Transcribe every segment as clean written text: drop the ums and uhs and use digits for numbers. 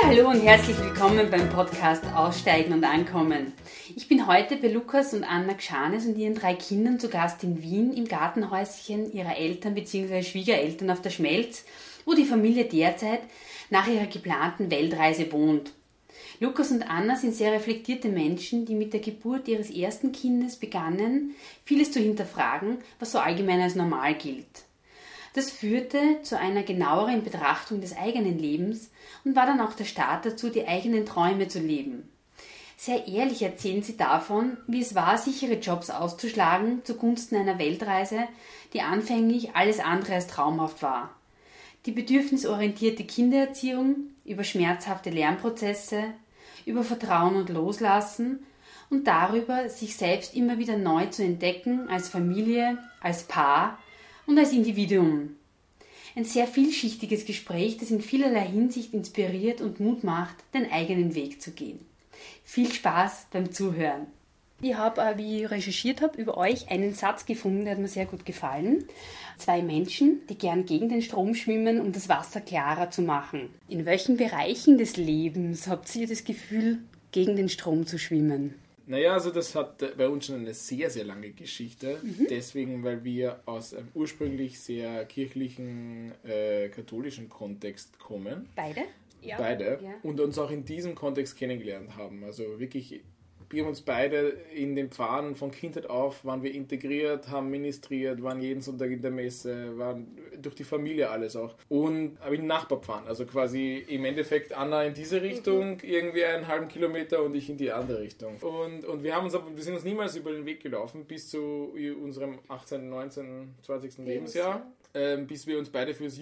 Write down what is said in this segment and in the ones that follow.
Ja, hallo und herzlich willkommen beim Podcast Aussteigen und Ankommen. Ich bin heute bei Lukas und Anna Gschanes und ihren 3 Kindern zu Gast in Wien im Gartenhäuschen ihrer Eltern bzw. Schwiegereltern auf der Schmelz, wo die Familie derzeit nach ihrer geplanten Weltreise wohnt. Lukas und Anna sind sehr reflektierte Menschen, die mit der Geburt ihres ersten Kindes begannen, vieles zu hinterfragen, was so allgemein als normal gilt. Das führte zu einer genaueren Betrachtung des eigenen Lebens und war dann auch der Start dazu, die eigenen Träume zu leben. Sehr ehrlich erzählen sie davon, wie es war, sichere Jobs auszuschlagen zugunsten einer Weltreise, die anfänglich alles andere als traumhaft war. Die bedürfnisorientierte Kindererziehung, über schmerzhafte Lernprozesse, über Vertrauen und Loslassen und darüber, sich selbst immer wieder neu zu entdecken als Familie, als Paar und als Individuum. Ein sehr vielschichtiges Gespräch, das in vielerlei Hinsicht inspiriert und Mut macht, den eigenen Weg zu gehen. Viel Spaß beim Zuhören. Ich habe, wie ich recherchiert habe, über euch einen Satz gefunden, der hat mir sehr gut gefallen. 2 Menschen, die gern gegen den Strom schwimmen, um das Wasser klarer zu machen. In welchen Bereichen des Lebens habt ihr das Gefühl, gegen den Strom zu schwimmen? Naja, also das hat bei uns schon eine sehr, sehr lange Geschichte. Deswegen, weil wir aus einem ursprünglich sehr kirchlichen, katholischen Kontext kommen. Beide? Ja. Beide. Ja. Und uns auch in diesem Kontext kennengelernt haben. Also wirklich, wir haben uns beide in den Pfaden von Kindheit auf, waren wir integriert, haben ministriert, waren jeden Sonntag in der Messe, waren durch die Familie alles auch. Und aber in Nachbarpfaden, also quasi im Endeffekt Anna in diese Richtung, irgendwie einen halben Kilometer und ich in die andere Richtung. Und wir sind uns niemals über den Weg gelaufen bis zu unserem 18., 19., 20. Lebensjahr. Bis wir uns beide fürs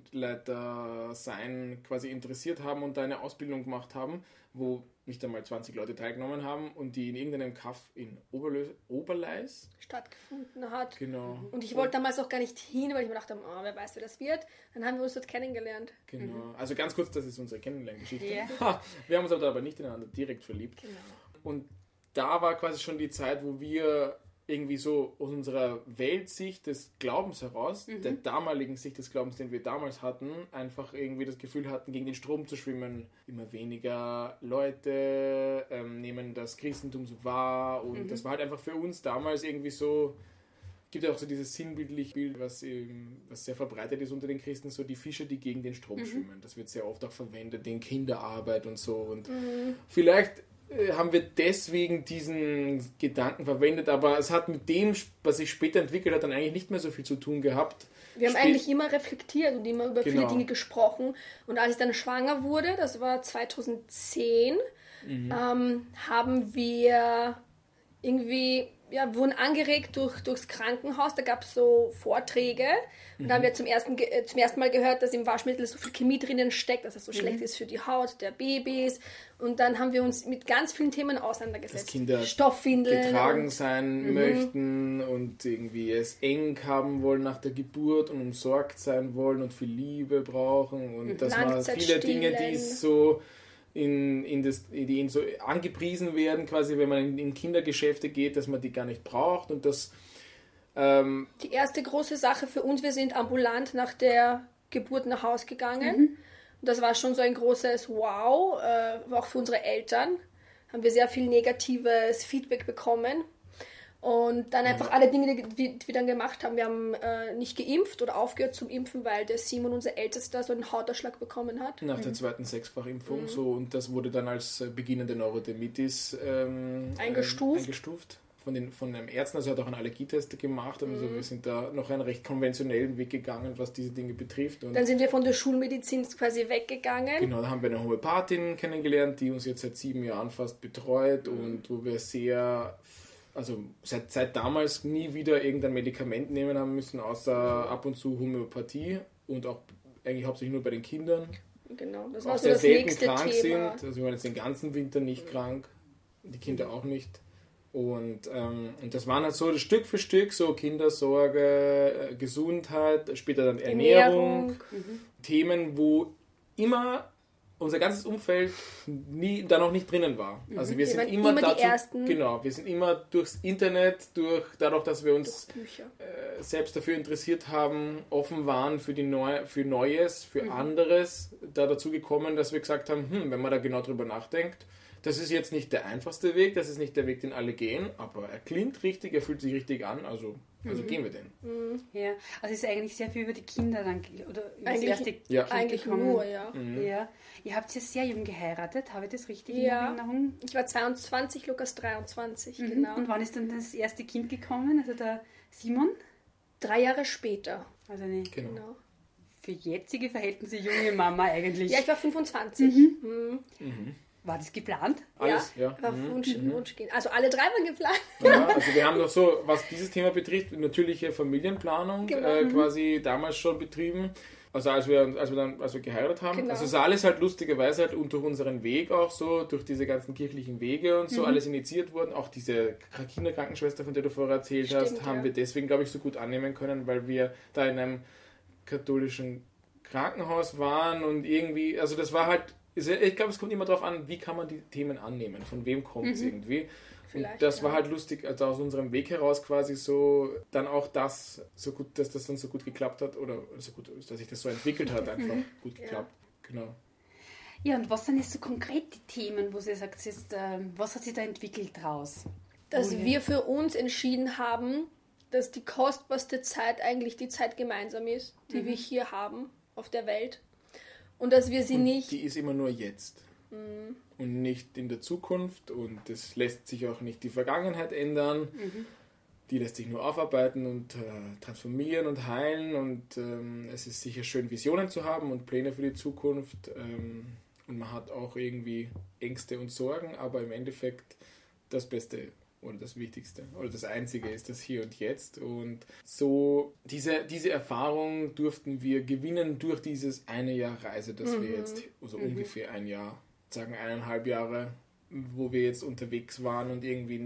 Jugendleitersein quasi interessiert haben und da eine Ausbildung gemacht haben, wo nicht einmal 20 Leute teilgenommen haben und die in irgendeinem Kaff in Oberleis stattgefunden hat. Genau. Und ich wollte damals auch gar nicht hin, weil ich mir dachte, wer weiß, wie das wird. Dann haben wir uns dort kennengelernt. Genau. Also ganz kurz, das ist unsere Kennenlerngeschichte. Yeah. Wir haben uns aber nicht ineinander direkt verliebt. Genau. Und da war quasi schon die Zeit, wo wir irgendwie so aus unserer Weltsicht des Glaubens heraus, der damaligen Sicht des Glaubens, den wir damals hatten, einfach irgendwie das Gefühl hatten, gegen den Strom zu schwimmen. Immer weniger Leute nehmen das Christentum so wahr und das war halt einfach für uns damals irgendwie so, gibt ja auch so dieses sinnbildliche Bild, was sehr verbreitet ist unter den Christen, so die Fische, die gegen den Strom schwimmen. Das wird sehr oft auch verwendet in Kinderarbeit und so und vielleicht haben wir deswegen diesen Gedanken verwendet, aber es hat mit dem, was sich später entwickelt hat, dann eigentlich nicht mehr so viel zu tun gehabt. Wir haben eigentlich immer reflektiert und immer über viele Dinge gesprochen. Und als ich dann schwanger wurde, das war 2010, haben wir irgendwie, wurden angeregt durchs Krankenhaus. Da gab es so Vorträge und da haben wir zum ersten Mal gehört, dass im Waschmittel so viel Chemie drinnen steckt, dass es so schlecht ist für die Haut der Babys. Und dann haben wir uns mit ganz vielen Themen auseinandergesetzt. Dass Kinder Stoffwindeln getragen sein möchten und irgendwie es eng haben wollen nach der Geburt und umsorgt sein wollen und viel Liebe brauchen und dass man viele Dinge, die so die so angepriesen werden, quasi wenn man in Kindergeschäfte geht, dass man die gar nicht braucht und das die erste große Sache für uns, wir sind ambulant nach der Geburt nach Hause gegangen. Und das war schon so ein großes Wow, auch für unsere Eltern haben wir sehr viel negatives Feedback bekommen. Und dann einfach alle Dinge, die wir dann gemacht haben. Wir haben nicht geimpft oder aufgehört zum Impfen, weil der Simon, unser Ältester, so einen Hautausschlag bekommen hat. Nach der zweiten Sechsfachimpfung. So, und das wurde dann als beginnende Neurodermitis eingestuft. Von einem Ärzten, also er hat auch einen Allergietest gemacht. Also wir sind da noch einen recht konventionellen Weg gegangen, was diese Dinge betrifft. Und dann sind wir von der Schulmedizin quasi weggegangen. Genau, da haben wir eine Homöopathin kennengelernt, die uns jetzt seit 7 Jahren fast betreut und wo wir seit damals nie wieder irgendein Medikament nehmen haben müssen, außer ab und zu Homöopathie und auch eigentlich hauptsächlich nur bei den Kindern. Genau, das auch war so sehr das selten nächste krank Thema. sind. Also wir waren jetzt den ganzen Winter nicht krank, die Kinder auch nicht. Und das waren halt so Stück für Stück so Kindersorge, Gesundheit, später dann Ernährung. Themen, wo immer unser ganzes Umfeld da noch nicht drinnen war. Also wir sind immer dazu, die Ersten. Genau, wir sind immer durchs Internet, dadurch, dass wir uns selbst dafür interessiert haben, offen waren für Neues, für anderes, dazu gekommen, dass wir gesagt haben, wenn man da genau drüber nachdenkt, das ist jetzt nicht der einfachste Weg, das ist nicht der Weg, den alle gehen, aber er klingt richtig, er fühlt sich richtig an, also gehen wir den. Ja, also es ist eigentlich sehr viel über die Kinder dann, oder über eigentlich, das erste Kind eigentlich gekommen. Nur, ja. Ja. Ihr habt ja sehr jung geheiratet, habe ich das richtig in Ja, Erinnerung? ich war 22, Lukas 23, genau. Und wann ist dann das erste Kind gekommen, also der Simon? 3 Jahre später. Also eine Genau. für jetzige Verhältnisse junge Mama eigentlich. Ja, ich war 25. War das geplant? Alles, war Wunschkind. Also alle 3 waren geplant. Ja, also wir haben noch so, was dieses Thema betrifft, natürliche Familienplanung quasi damals schon betrieben. Also als wir geheiratet haben. Genau. Also es ist alles halt lustigerweise halt und durch unseren Weg auch so, durch diese ganzen kirchlichen Wege und so alles initiiert worden. Auch diese Kinderkrankenschwester, von der du vorher erzählt hast, haben wir deswegen, glaube ich, so gut annehmen können, weil wir da in einem katholischen Krankenhaus waren und irgendwie, also das war halt, ich glaube, es kommt immer darauf an, wie kann man die Themen annehmen, von wem kommt es irgendwie. Und das war halt lustig, also aus unserem Weg heraus quasi so, dann auch das so gut, dass das dann so gut geklappt hat oder so gut, dass sich das so entwickelt hat, einfach gut geklappt. Genau. Ja, und was sind jetzt so konkret die Themen, wo sie sagt, was hat sich da entwickelt draus? Dass wir für uns entschieden haben, dass die kostbarste Zeit eigentlich die Zeit gemeinsam ist, die wir hier haben auf der Welt. Und dass wir sie nicht... Die ist immer nur jetzt. Und nicht in der Zukunft. Und es lässt sich auch nicht die Vergangenheit ändern. Die lässt sich nur aufarbeiten und transformieren und heilen. Und es ist sicher schön, Visionen zu haben und Pläne für die Zukunft. Und man hat auch irgendwie Ängste und Sorgen. Aber im Endeffekt das Beste oder das Wichtigste oder das Einzige ist das Hier und Jetzt. Und so diese Erfahrung durften wir gewinnen durch dieses eine Jahr Reise, das wir jetzt, also ungefähr ein Jahr, sagen 1,5 Jahre, wo wir jetzt unterwegs waren und irgendwie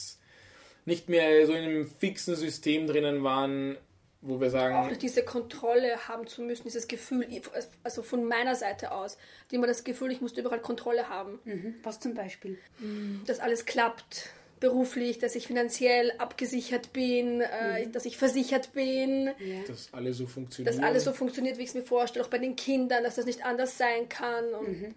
nicht mehr so in einem fixen System drinnen waren, wo wir sagen... Auch diese Kontrolle haben zu müssen, dieses Gefühl, also von meiner Seite aus, immer das Gefühl, ich musste überall Kontrolle haben. Was zum Beispiel? Dass alles klappt. Beruflich, dass ich finanziell abgesichert bin, dass ich versichert bin. Ja. Dass alles so funktioniert. Dass alles so funktioniert, wie ich es mir vorstelle. Auch bei den Kindern, dass das nicht anders sein kann. Und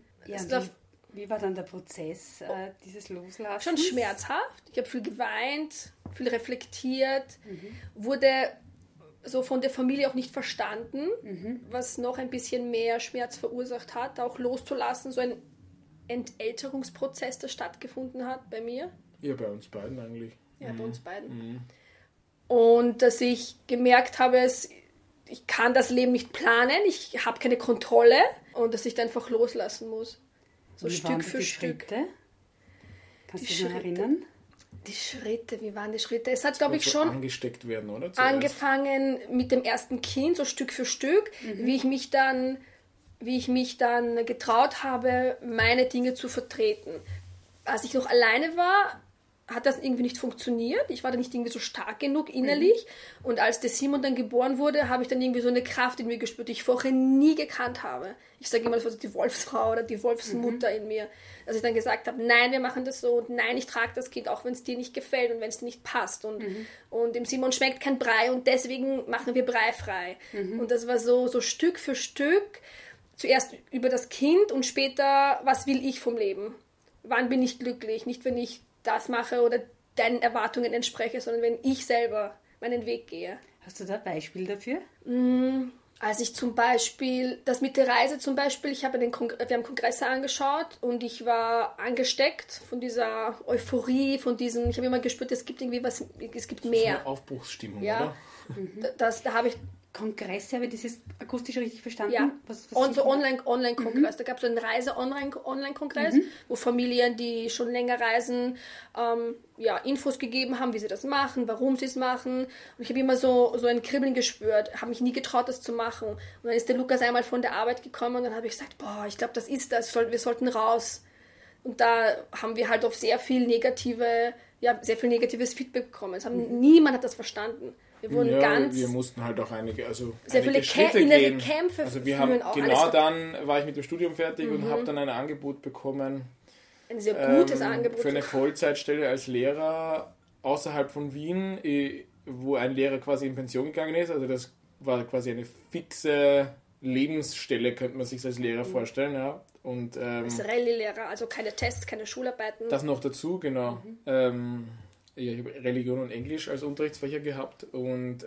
wie war dann der Prozess, dieses Loslassen? Schon schmerzhaft. Ich habe viel geweint, viel reflektiert, wurde so von der Familie auch nicht verstanden, was noch ein bisschen mehr Schmerz verursacht hat, auch loszulassen. So ein Entälterungsprozess, der stattgefunden hat bei mir. Ja, bei uns beiden eigentlich. Ja, bei uns beiden. Und dass ich gemerkt habe, ich kann das Leben nicht planen, ich habe keine Kontrolle und dass ich da einfach loslassen muss. So wie Stück für Stück. Schritte? Kannst du dich noch erinnern? Die Schritte, wie waren die Schritte? Es hat, glaube ich, schon angesteckt werden, oder? Zuerst. Angefangen mit dem ersten Kind, so Stück für Stück, wie ich mich dann getraut habe, meine Dinge zu vertreten. Als ich noch alleine war, hat das irgendwie nicht funktioniert. Ich war da nicht irgendwie so stark genug innerlich. Und als der Simon dann geboren wurde, habe ich dann irgendwie so eine Kraft in mir gespürt, die ich vorher nie gekannt habe. Ich sage immer, das war so die Wolfsfrau oder die Wolfsmutter in mir. Dass ich dann gesagt habe, nein, wir machen das so und nein, ich trage das Kind, auch wenn es dir nicht gefällt und wenn es dir nicht passt. Und dem Simon schmeckt kein Brei und deswegen machen wir Brei frei. Und das war so Stück für Stück. Zuerst über das Kind und später, was will ich vom Leben? Wann bin ich glücklich? Nicht, wenn ich das mache oder deinen Erwartungen entspreche, sondern wenn ich selber meinen Weg gehe. Hast du da ein Beispiel dafür? Als ich zum Beispiel, das mit der Reise zum Beispiel, wir haben Kongresse angeschaut und ich war angesteckt von dieser Euphorie, ich habe immer gespürt, es gibt irgendwie was, es gibt mehr. Das ist eine Aufbruchsstimmung, ja. Oder? Da habe ich Kongresse, habe ich das jetzt akustisch richtig verstanden? Ja, was und so Online-Kongress. Da gab es so einen Reise-Online-Kongress, wo Familien, die schon länger reisen, Infos gegeben haben, wie sie das machen, warum sie es machen. Und ich habe immer so ein Kribbeln gespürt, habe mich nie getraut, das zu machen. Und dann ist der Lukas einmal von der Arbeit gekommen und dann habe ich gesagt, ich glaube, das ist das, wir sollten raus. Und da haben wir halt auf sehr viel negatives Feedback bekommen. Niemand hat das verstanden. wir mussten halt auch einige Schritte gehen. Kämpfe also wir haben dann war ich mit dem Studium fertig und habe dann ein Angebot bekommen. Ein sehr gutes Angebot. Für eine Vollzeitstelle als Lehrer außerhalb von Wien, wo ein Lehrer quasi in Pension gegangen ist. Also das war quasi eine fixe Lebensstelle, könnte man sich als Lehrer vorstellen. Ja. Und, als Rallye-Lehrer, also keine Tests, keine Schularbeiten. Das noch dazu, genau. Ich habe Religion und Englisch als Unterrichtsfächer gehabt und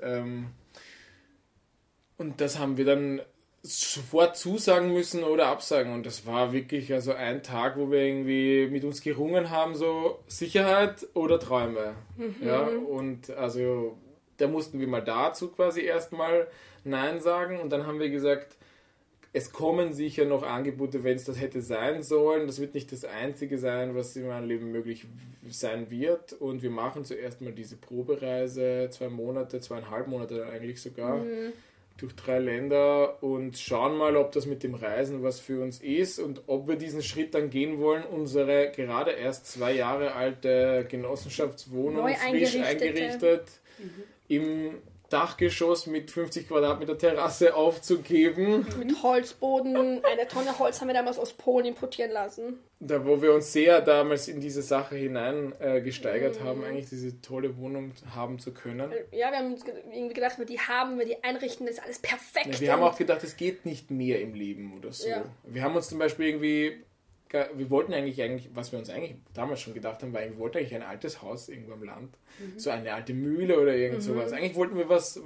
das haben wir dann sofort zusagen müssen oder absagen. Und das war wirklich also ein Tag, wo wir irgendwie mit uns gerungen haben, so Sicherheit oder Träume. Ja, und also da mussten wir mal dazu quasi erstmal Nein sagen und dann haben wir gesagt, es kommen sicher noch Angebote, wenn es das hätte sein sollen. Das wird nicht das Einzige sein, was in meinem Leben möglich sein wird. Und wir machen zuerst mal diese Probereise, 2 Monate, 2,5 Monate dann eigentlich sogar, durch 3 Länder und schauen mal, ob das mit dem Reisen was für uns ist und ob wir diesen Schritt dann gehen wollen, unsere gerade erst 2 Jahre alte Genossenschaftswohnung frisch eingerichtet im Dachgeschoss mit 50 Quadratmeter Terrasse aufzugeben. Mit Holzboden, eine Tonne Holz haben wir damals aus Polen importieren lassen. Da, wo wir uns sehr damals in diese Sache hinein gesteigert haben, eigentlich diese tolle Wohnung haben zu können. Ja, wir haben uns irgendwie gedacht, wenn wir die einrichten, das ist alles perfekt. Ja, wir haben auch gedacht, es geht nicht mehr im Leben oder so. Ja. Wir haben uns zum Beispiel wir wollten eigentlich, was wir uns eigentlich damals schon gedacht haben, wir wollten eigentlich ein altes Haus irgendwo am Land. So eine alte Mühle oder irgend sowas. Eigentlich wollten wir was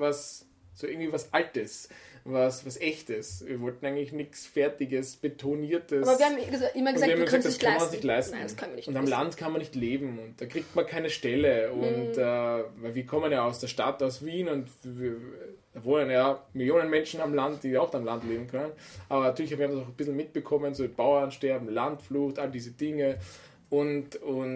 Altes, was Echtes. Wir wollten eigentlich nichts Fertiges, Betoniertes. Aber wir haben immer gesagt, wir können es nicht leisten. Nein, das können wir nicht. Und am Land kann man nicht leben und da kriegt man keine Stelle. Und weil wir kommen ja aus der Stadt, aus Wien und da wohnen ja Millionen Menschen am Land, die auch am Land leben können. Aber natürlich haben wir das auch ein bisschen mitbekommen, so Bauernsterben, Landflucht, all diese Dinge. Und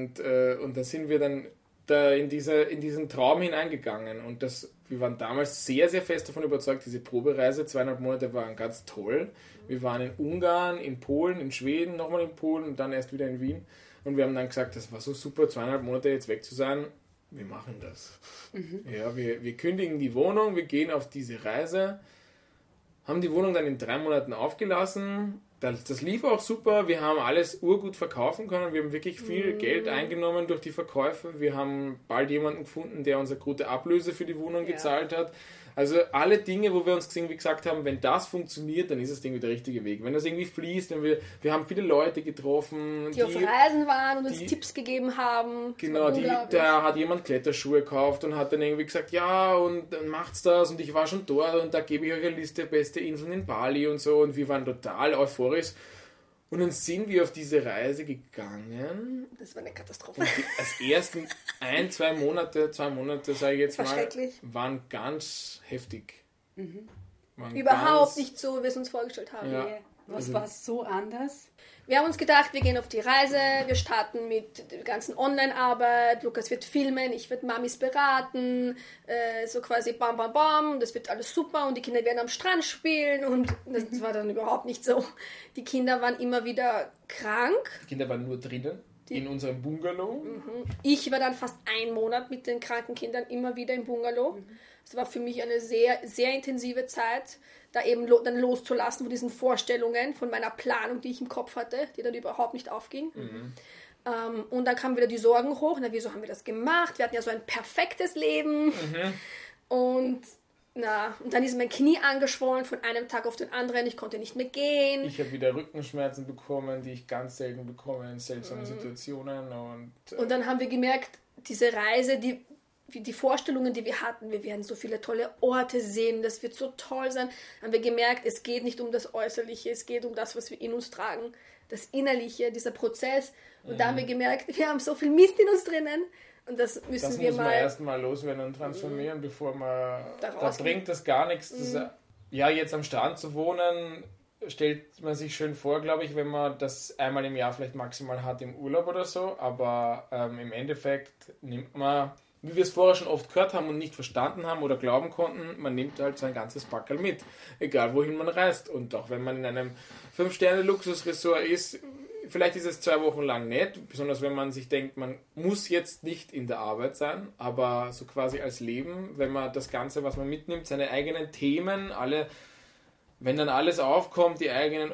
da sind wir dann da in diesen Traum hineingegangen. Und wir waren damals sehr, sehr fest davon überzeugt, diese Probereise, 2,5 Monate waren ganz toll. Wir waren in Ungarn, in Polen, in Schweden, nochmal in Polen und dann erst wieder in Wien. Und wir haben dann gesagt, das war so super, 2,5 Monate jetzt weg zu sein. Wir machen das. Ja, wir kündigen die Wohnung, wir gehen auf diese Reise, haben die Wohnung dann in 3 Monaten aufgelassen. Das lief auch super, wir haben alles urgut verkaufen können, wir haben wirklich viel Geld eingenommen durch die Verkäufe. Wir haben bald jemanden gefunden, der uns eine gute Ablöse für die Wohnung gezahlt hat. Also alle Dinge, wo wir uns irgendwie gesagt haben, wenn das funktioniert, dann ist das Ding der richtige Weg. Wenn das irgendwie fließt, wir haben viele Leute getroffen, die auf Reisen waren und uns Tipps gegeben haben. Genau, da hat jemand Kletterschuhe gekauft und hat dann irgendwie gesagt, ja, und dann macht's das und ich war schon dort und da gebe ich euch eine Liste beste Inseln in Bali und so und wir waren total euphorisch. Und dann sind wir auf diese Reise gegangen. Das war eine Katastrophe. Und als ersten 2 Monate, sage ich jetzt mal, waren ganz heftig. Überhaupt nicht so, wie wir es uns vorgestellt haben. Ja. Was war so anders? Wir haben uns gedacht, wir gehen auf die Reise, wir starten mit der ganzen Online-Arbeit, Lukas wird filmen, ich werde Mamis beraten, so quasi bam, bam, bam, das wird alles super und die Kinder werden am Strand spielen und das war dann überhaupt nicht so. Die Kinder waren immer wieder krank. Die Kinder waren nur drinnen, in unserem Bungalow. Ich war dann fast 1 Monat mit den kranken Kindern immer wieder im Bungalow. Das war für mich eine sehr, sehr intensive Zeit, da eben dann loszulassen von diesen Vorstellungen, von meiner Planung, die ich im Kopf hatte, die dann überhaupt nicht aufging. Und dann kamen wieder die Sorgen hoch. Na, wieso haben wir das gemacht? Wir hatten ja so ein perfektes Leben. Und dann ist mein Knie angeschwollen von einem Tag auf den anderen. Ich konnte nicht mehr gehen. Ich habe wieder Rückenschmerzen bekommen, die ich ganz selten bekomme in seltsamen Situationen. Und dann haben wir gemerkt, diese Reise, die Vorstellungen, die wir hatten, wir werden so viele tolle Orte sehen, das wird so toll sein, haben wir gemerkt, es geht nicht um das Äußerliche, es geht um das, was wir in uns tragen, das Innerliche, dieser Prozess. Und da haben wir gemerkt, wir haben so viel Mist in uns drinnen und das müssen wir mal... erstmal loswerden und transformieren, bevor man... Da bringt das gar nichts. Jetzt am Strand zu wohnen, stellt man sich schön vor, glaube ich, wenn man das einmal im Jahr vielleicht maximal hat im Urlaub oder so, aber im Endeffekt nimmt man... Wie wir es vorher schon oft gehört haben und nicht verstanden haben oder glauben konnten, man nimmt halt sein ganzes Packerl mit, egal wohin man reist. Und auch wenn man in einem 5-Sterne-Luxusresort ist, vielleicht ist es 2 Wochen lang nett, besonders wenn man sich denkt, man muss jetzt nicht in der Arbeit sein, aber so quasi als Leben, wenn man das Ganze, was man mitnimmt, seine eigenen Themen, wenn dann alles aufkommt, die eigenen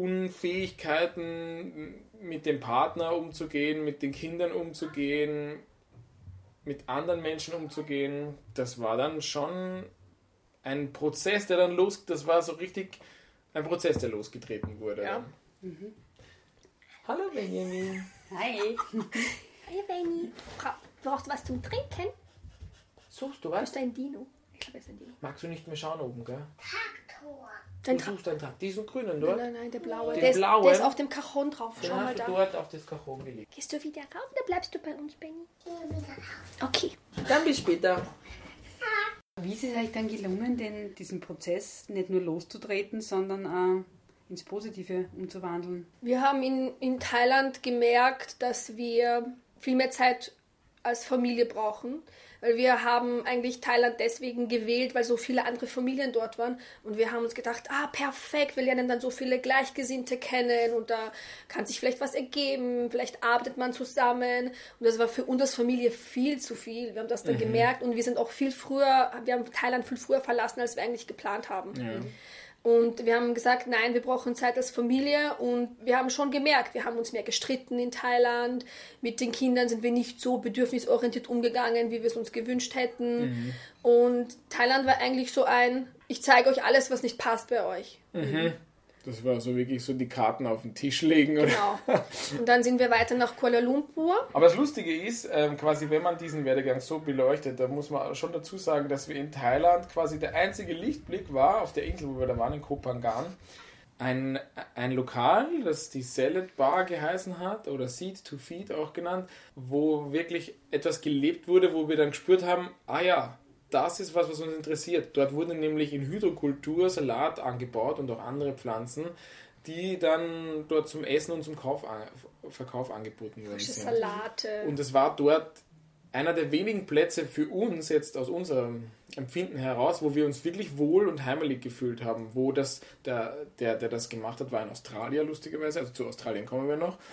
Unfähigkeiten mit dem Partner umzugehen, mit den Kindern umzugehen, mit anderen Menschen umzugehen, das war dann schon ein Prozess, das war so richtig ein Prozess, der losgetreten wurde. Ja. Mhm. Hallo Benjamin. Hi. Hi Benny. Brauchst du was zum Trinken? Suchst du was? Ist ein Dino? Ich glaube, es ist ein Dino. Magst du nicht mehr schauen oben, gell? Traktor. Du suchst einen Traktor. Diesen grünen dort? Nein, der blaue. Den Der blauen? ist auf dem Cajon drauf. Schau mal da. Dort auf das Cajon gelegt. Gehst du wieder rauf oder bleibst du bei uns, Benny? Okay. Dann bis später. Wie ist es euch dann gelungen, diesen Prozess nicht nur loszutreten, sondern auch ins Positive umzuwandeln? Wir haben in Thailand gemerkt, dass wir viel mehr Zeit als Familie brauchen, weil wir haben eigentlich Thailand deswegen gewählt, weil so viele andere Familien dort waren und wir haben uns gedacht, perfekt, wir lernen dann so viele Gleichgesinnte kennen und da kann sich vielleicht was ergeben, vielleicht arbeitet man zusammen und das war für uns als Familie viel zu viel. Wir haben das dann gemerkt und wir haben Thailand viel früher verlassen, als wir eigentlich geplant haben. Ja. Und wir haben gesagt, nein, wir brauchen Zeit als Familie und wir haben schon gemerkt, wir haben uns mehr gestritten in Thailand. Mit den Kindern sind wir nicht so bedürfnisorientiert umgegangen, wie wir es uns gewünscht hätten. Und Thailand war eigentlich so ich zeige euch alles, was nicht passt bei euch. Das war so wirklich so die Karten auf den Tisch legen. Genau. Und dann sind wir weiter nach Kuala Lumpur. Aber das Lustige ist, quasi wenn man diesen Werdegang so beleuchtet, da muss man schon dazu sagen, dass wir in Thailand quasi der einzige Lichtblick war, auf der Insel, wo wir da waren, in Koh Phangan, ein Lokal, das die Salad Bar geheißen hat, oder Seed to Feed auch genannt, wo wirklich etwas gelebt wurde, wo wir dann gespürt haben, das ist was uns interessiert. Dort wurde nämlich in Hydrokultur Salat angebaut und auch andere Pflanzen, die dann dort zum Essen und zum Verkauf angeboten worden sind. Salate. Und es war dort einer der wenigen Plätze für uns, jetzt aus unserem Empfinden heraus, wo wir uns wirklich wohl und heimelig gefühlt haben. Wo der das gemacht hat, war ein Australier, lustigerweise, also zu Australien kommen wir noch,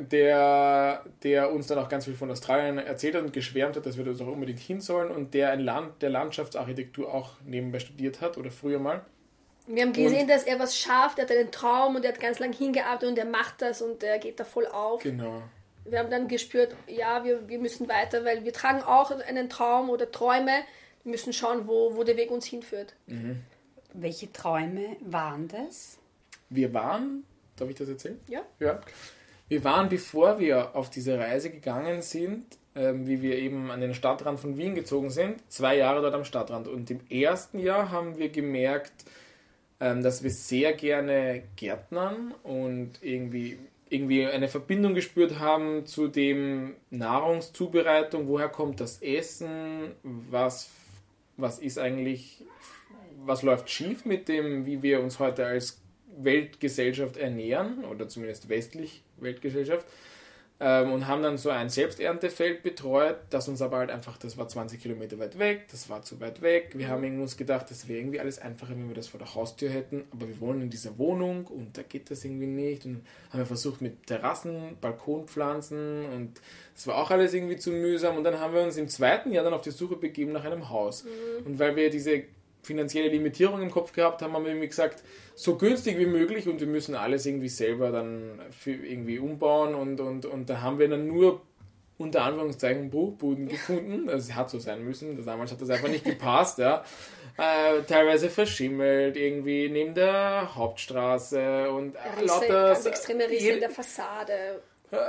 der uns dann auch ganz viel von Australien erzählt hat und geschwärmt hat, dass wir das auch unbedingt hin sollen und der der Landschaftsarchitektur auch nebenbei studiert hat oder früher mal. Wir haben gesehen, dass er was schafft, er hat einen Traum und er hat ganz lang hingearbeitet und er macht das und er geht da voll auf. Genau. Wir haben dann gespürt, wir müssen weiter, weil wir tragen auch einen Traum oder Träume. Wir müssen schauen, wo der Weg uns hinführt. Welche Träume waren das? Wir waren, darf ich das erzählen? Ja. Wir waren, bevor wir auf diese Reise gegangen sind, wie wir eben an den Stadtrand von Wien gezogen sind, 2 Jahre dort am Stadtrand. Und im ersten Jahr haben wir gemerkt, dass wir sehr gerne gärtnern und irgendwie eine Verbindung gespürt haben zu dem Nahrungszubereitung, woher kommt das Essen, was ist eigentlich, was läuft schief mit dem, wie wir uns heute als Weltgesellschaft ernähren, oder zumindest westlich Weltgesellschaft, und haben dann so ein Selbsterntefeld betreut, das uns aber halt einfach, das war 20 Kilometer weit weg, das war zu weit weg. Wir haben uns gedacht, das wäre irgendwie alles einfacher, wenn wir das vor der Haustür hätten, aber wir wohnen in dieser Wohnung und da geht das irgendwie nicht und haben wir versucht mit Terrassen, Balkonpflanzen und das war auch alles irgendwie zu mühsam und dann haben wir uns im 2. Jahr dann auf die Suche begeben nach einem Haus. Und weil wir diese finanzielle Limitierung im Kopf gehabt haben, haben wir irgendwie gesagt, so günstig wie möglich und wir müssen alles irgendwie selber dann irgendwie umbauen und da haben wir dann nur unter Anführungszeichen Bruchbuden gefunden. Also es hat so sein müssen, damals hat das einfach nicht gepasst, ja. Teilweise verschimmelt, irgendwie neben der Hauptstraße und lauter ganz extreme Risse in der Fassade.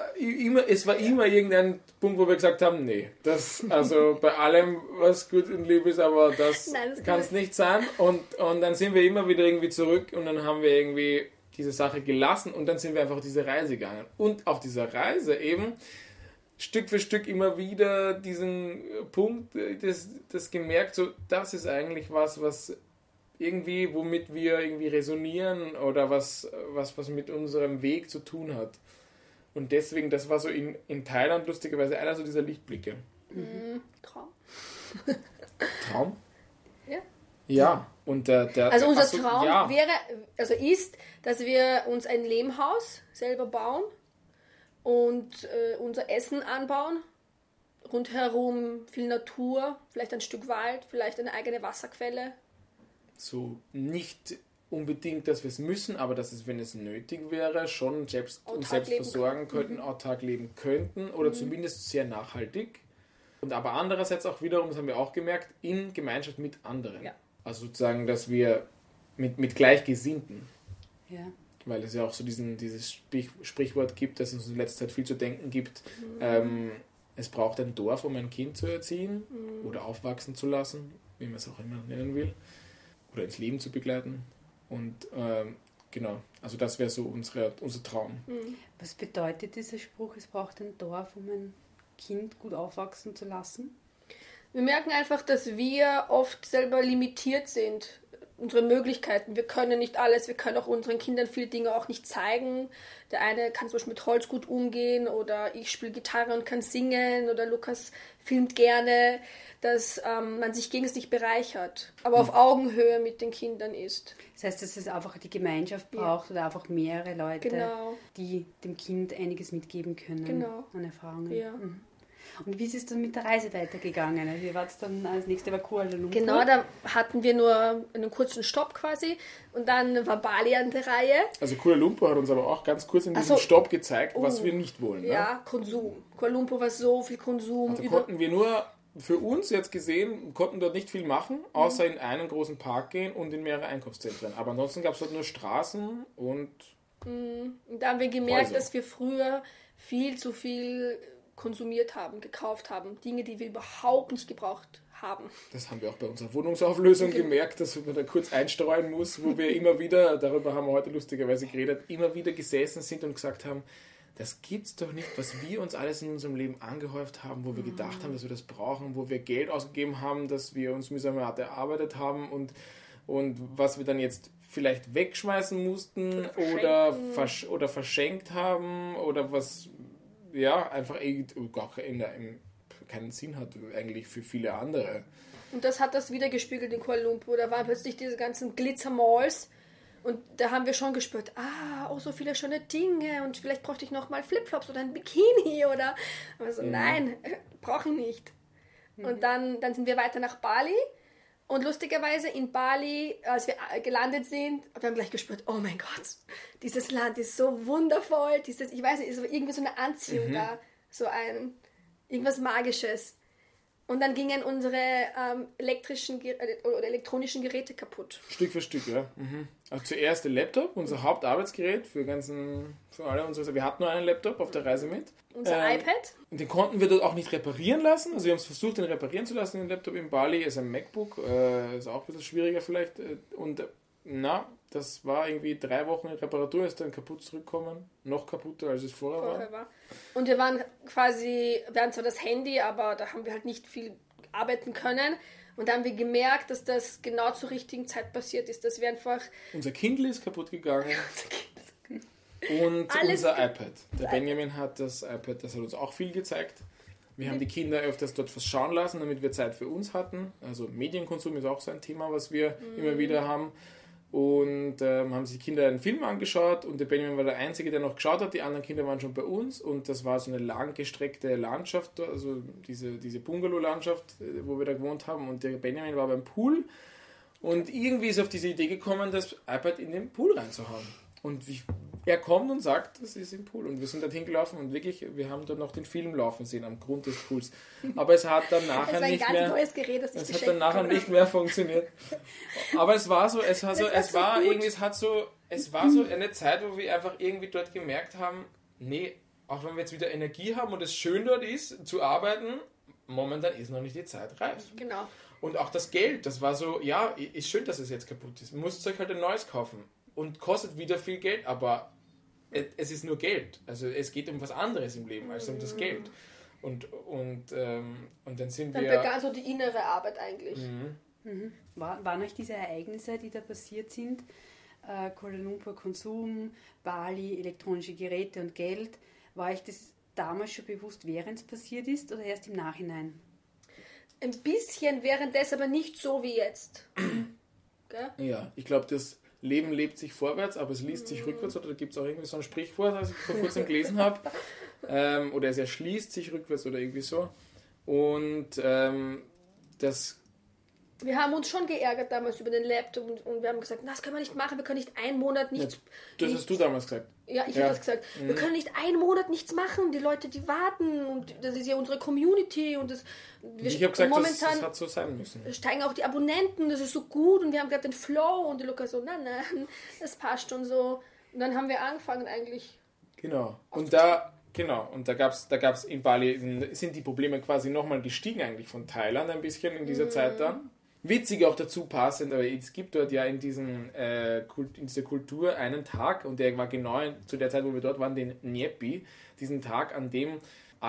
Es war immer irgendein Punkt, wo wir gesagt haben, nee, also bei allem, was gut und lieb ist, aber das kann es nicht sein. Und dann sind wir immer wieder irgendwie zurück und dann haben wir irgendwie diese Sache gelassen und dann sind wir einfach auf diese Reise gegangen. Und auf dieser Reise eben Stück für Stück immer wieder diesen Punkt, das gemerkt, so das ist eigentlich was irgendwie, womit wir irgendwie resonieren oder was mit unserem Weg zu tun hat. Und deswegen, das war so in Thailand lustigerweise einer so dieser Lichtblicke. Traum. Traum? Ja. Ja. Und also unser Traum ist, dass wir uns ein Lehmhaus selber bauen und unser Essen anbauen. Rundherum viel Natur, vielleicht ein Stück Wald, vielleicht eine eigene Wasserquelle. So nicht unbedingt, dass wir es müssen, aber dass es, wenn es nötig wäre, schon uns selbst versorgen könnten, autark leben könnten oder zumindest sehr nachhaltig. Und aber andererseits auch wiederum, das haben wir auch gemerkt, in Gemeinschaft mit anderen. Ja. Also sozusagen, dass wir mit Gleichgesinnten. Ja. Weil es ja auch so dieses Sprichwort gibt, das uns in letzter Zeit viel zu denken gibt. Es braucht ein Dorf, um ein Kind zu erziehen oder aufwachsen zu lassen, wie man es auch immer nennen will. Oder ins Leben zu begleiten. Und genau, also das wäre so unser Traum. Was bedeutet dieser Spruch, es braucht ein Dorf, um ein Kind gut aufwachsen zu lassen? Wir merken einfach, dass wir oft selber limitiert sind. Unsere Möglichkeiten. Wir können nicht alles, wir können auch unseren Kindern viele Dinge auch nicht zeigen. Der eine kann zum Beispiel mit Holz gut umgehen oder ich spiele Gitarre und kann singen oder Lukas filmt gerne, dass man sich gegenseitig bereichert, aber auf Augenhöhe mit den Kindern ist. Das heißt, dass es einfach die Gemeinschaft braucht oder einfach mehrere Leute, die dem Kind einiges mitgeben können an Erfahrungen. Ja. Und wie ist es dann mit der Reise weitergegangen? Wie war es dann als nächstes war Kuala Lumpur? Genau, da hatten wir nur einen kurzen Stopp quasi und dann war Bali an der Reihe. Also Kuala Lumpur hat uns aber auch ganz kurz in diesem Stopp gezeigt, was wir nicht wollen. Ja, Konsum. Kuala Lumpur war so viel Konsum. Also konnten wir nur, für uns jetzt gesehen, konnten dort nicht viel machen, außer in einen großen Park gehen und in mehrere Einkaufszentren. Aber ansonsten gab es dort nur Straßen und da haben wir gemerkt, dass wir früher viel zu viel konsumiert haben, gekauft haben. Dinge, die wir überhaupt nicht gebraucht haben. Das haben wir auch bei unserer Wohnungsauflösung gemerkt, dass man da kurz einstreuen muss, wo wir immer wieder, darüber haben wir heute lustigerweise geredet, immer wieder gesessen sind und gesagt haben, das gibt's doch nicht, was wir uns alles in unserem Leben angehäuft haben, wo wir gedacht haben, dass wir das brauchen, wo wir Geld ausgegeben haben, dass wir uns mühsam erarbeitet haben und was wir dann jetzt vielleicht wegschmeißen mussten oder verschenkt haben oder was einfach gar keinen Sinn hat eigentlich für viele andere. Und das hat das wieder gespiegelt in Kuala Lumpur. Da waren plötzlich diese ganzen Glitzer-Malls und da haben wir schon gespürt, so viele schöne Dinge und vielleicht bräuchte ich noch mal Flipflops oder ein Bikini oder also nein, brauche ich nicht. Und dann sind wir weiter nach Bali. Und lustigerweise in Bali, als wir gelandet sind, haben wir gleich gespürt, oh mein Gott, dieses Land ist so wundervoll, ich weiß nicht, ist irgendwie so eine Anziehung da, irgendwas Magisches. Und dann gingen unsere elektronischen Geräte kaputt. Stück für Stück, ja. Also zuerst der Laptop, unser Hauptarbeitsgerät für alle unsere. Wir hatten nur einen Laptop auf der Reise mit. Unser iPad. Und den konnten wir dort auch nicht reparieren lassen. Also wir haben es versucht, den reparieren zu lassen, den Laptop in Bali. Ist ein MacBook, ist auch ein bisschen schwieriger vielleicht. Und das war irgendwie 3 Wochen Reparatur, ist dann kaputt zurückgekommen. Noch kaputter, als es vorher war. Und wir haben zwar das Handy, aber da haben wir halt nicht viel arbeiten können. Und da haben wir gemerkt, dass das genau zur richtigen Zeit passiert ist, dass wir einfach... Unser Kindle ist kaputt gegangen. Und unser iPad. Der Benjamin hat das iPad, das hat uns auch viel gezeigt. Wir haben die Kinder öfters dort was schauen lassen, damit wir Zeit für uns hatten. Also Medienkonsum ist auch so ein Thema, was wir immer wieder haben. Und haben sich die Kinder einen Film angeschaut und der Benjamin war der Einzige, der noch geschaut hat. Die anderen Kinder waren schon bei uns und das war so eine langgestreckte Landschaft, also diese Bungalow-Landschaft, wo wir da gewohnt haben. Und der Benjamin war beim Pool und irgendwie ist auf diese Idee gekommen, das iPad in den Pool reinzuhauen. Und er kommt und sagt, das ist im Pool. Und wir sind dort hingelaufen und wirklich, wir haben dort noch den Film laufen sehen am Grund des Pools. Aber es hat dann nachher nicht mehr... neues Gerät, das es hat dann nachher nicht mehr funktioniert. Aber es war so eine Zeit, wo wir einfach irgendwie dort gemerkt haben, nee, auch wenn wir jetzt wieder Energie haben und es schön dort ist, zu arbeiten, momentan ist noch nicht die Zeit reif. Genau. Und auch das Geld, das war so, ja, ist schön, dass es jetzt kaputt ist. Müsst euch halt ein neues kaufen. Und kostet wieder viel Geld, aber es ist nur Geld. Also es geht um was anderes im Leben als um das Geld. Und dann sind wir... Dann begann so die innere Arbeit eigentlich. Waren euch diese Ereignisse, die da passiert sind, Kuala Lumpur, Konsum, Bali, elektronische Geräte und Geld, war euch das damals schon bewusst, während es passiert ist oder erst im Nachhinein? Ein bisschen währenddessen, aber nicht so wie jetzt. Ja, ich glaube, das Leben lebt sich vorwärts, aber es liest sich rückwärts, oder da gibt es auch irgendwie so ein Sprichwort, das ich vor kurzem gelesen habe. oder es erschließt sich rückwärts oder irgendwie so. Und das... Wir haben uns schon geärgert damals über den Laptop und wir haben gesagt, das können wir nicht machen, wir können nicht einen Monat nichts... Das hast du damals gesagt. Ja, ich habe das gesagt. Wir können nicht einen Monat nichts machen, die Leute, die warten und das ist ja unsere Community und das... Ich habe gesagt, momentan das hat so sein müssen. Steigen auch die Abonnenten, das ist so gut und wir haben gerade den Flow und die Lukas so, nein, das passt schon so. Und dann haben wir angefangen eigentlich... Genau. Und da gab's in Bali, sind die Probleme quasi nochmal gestiegen eigentlich von Thailand ein bisschen in dieser Zeit dann. Witzig auch dazu passend, aber es gibt dort ja in dieser Kultur einen Tag, und der war genau zu der Zeit, wo wir dort waren, den Nyepi, diesen Tag, an dem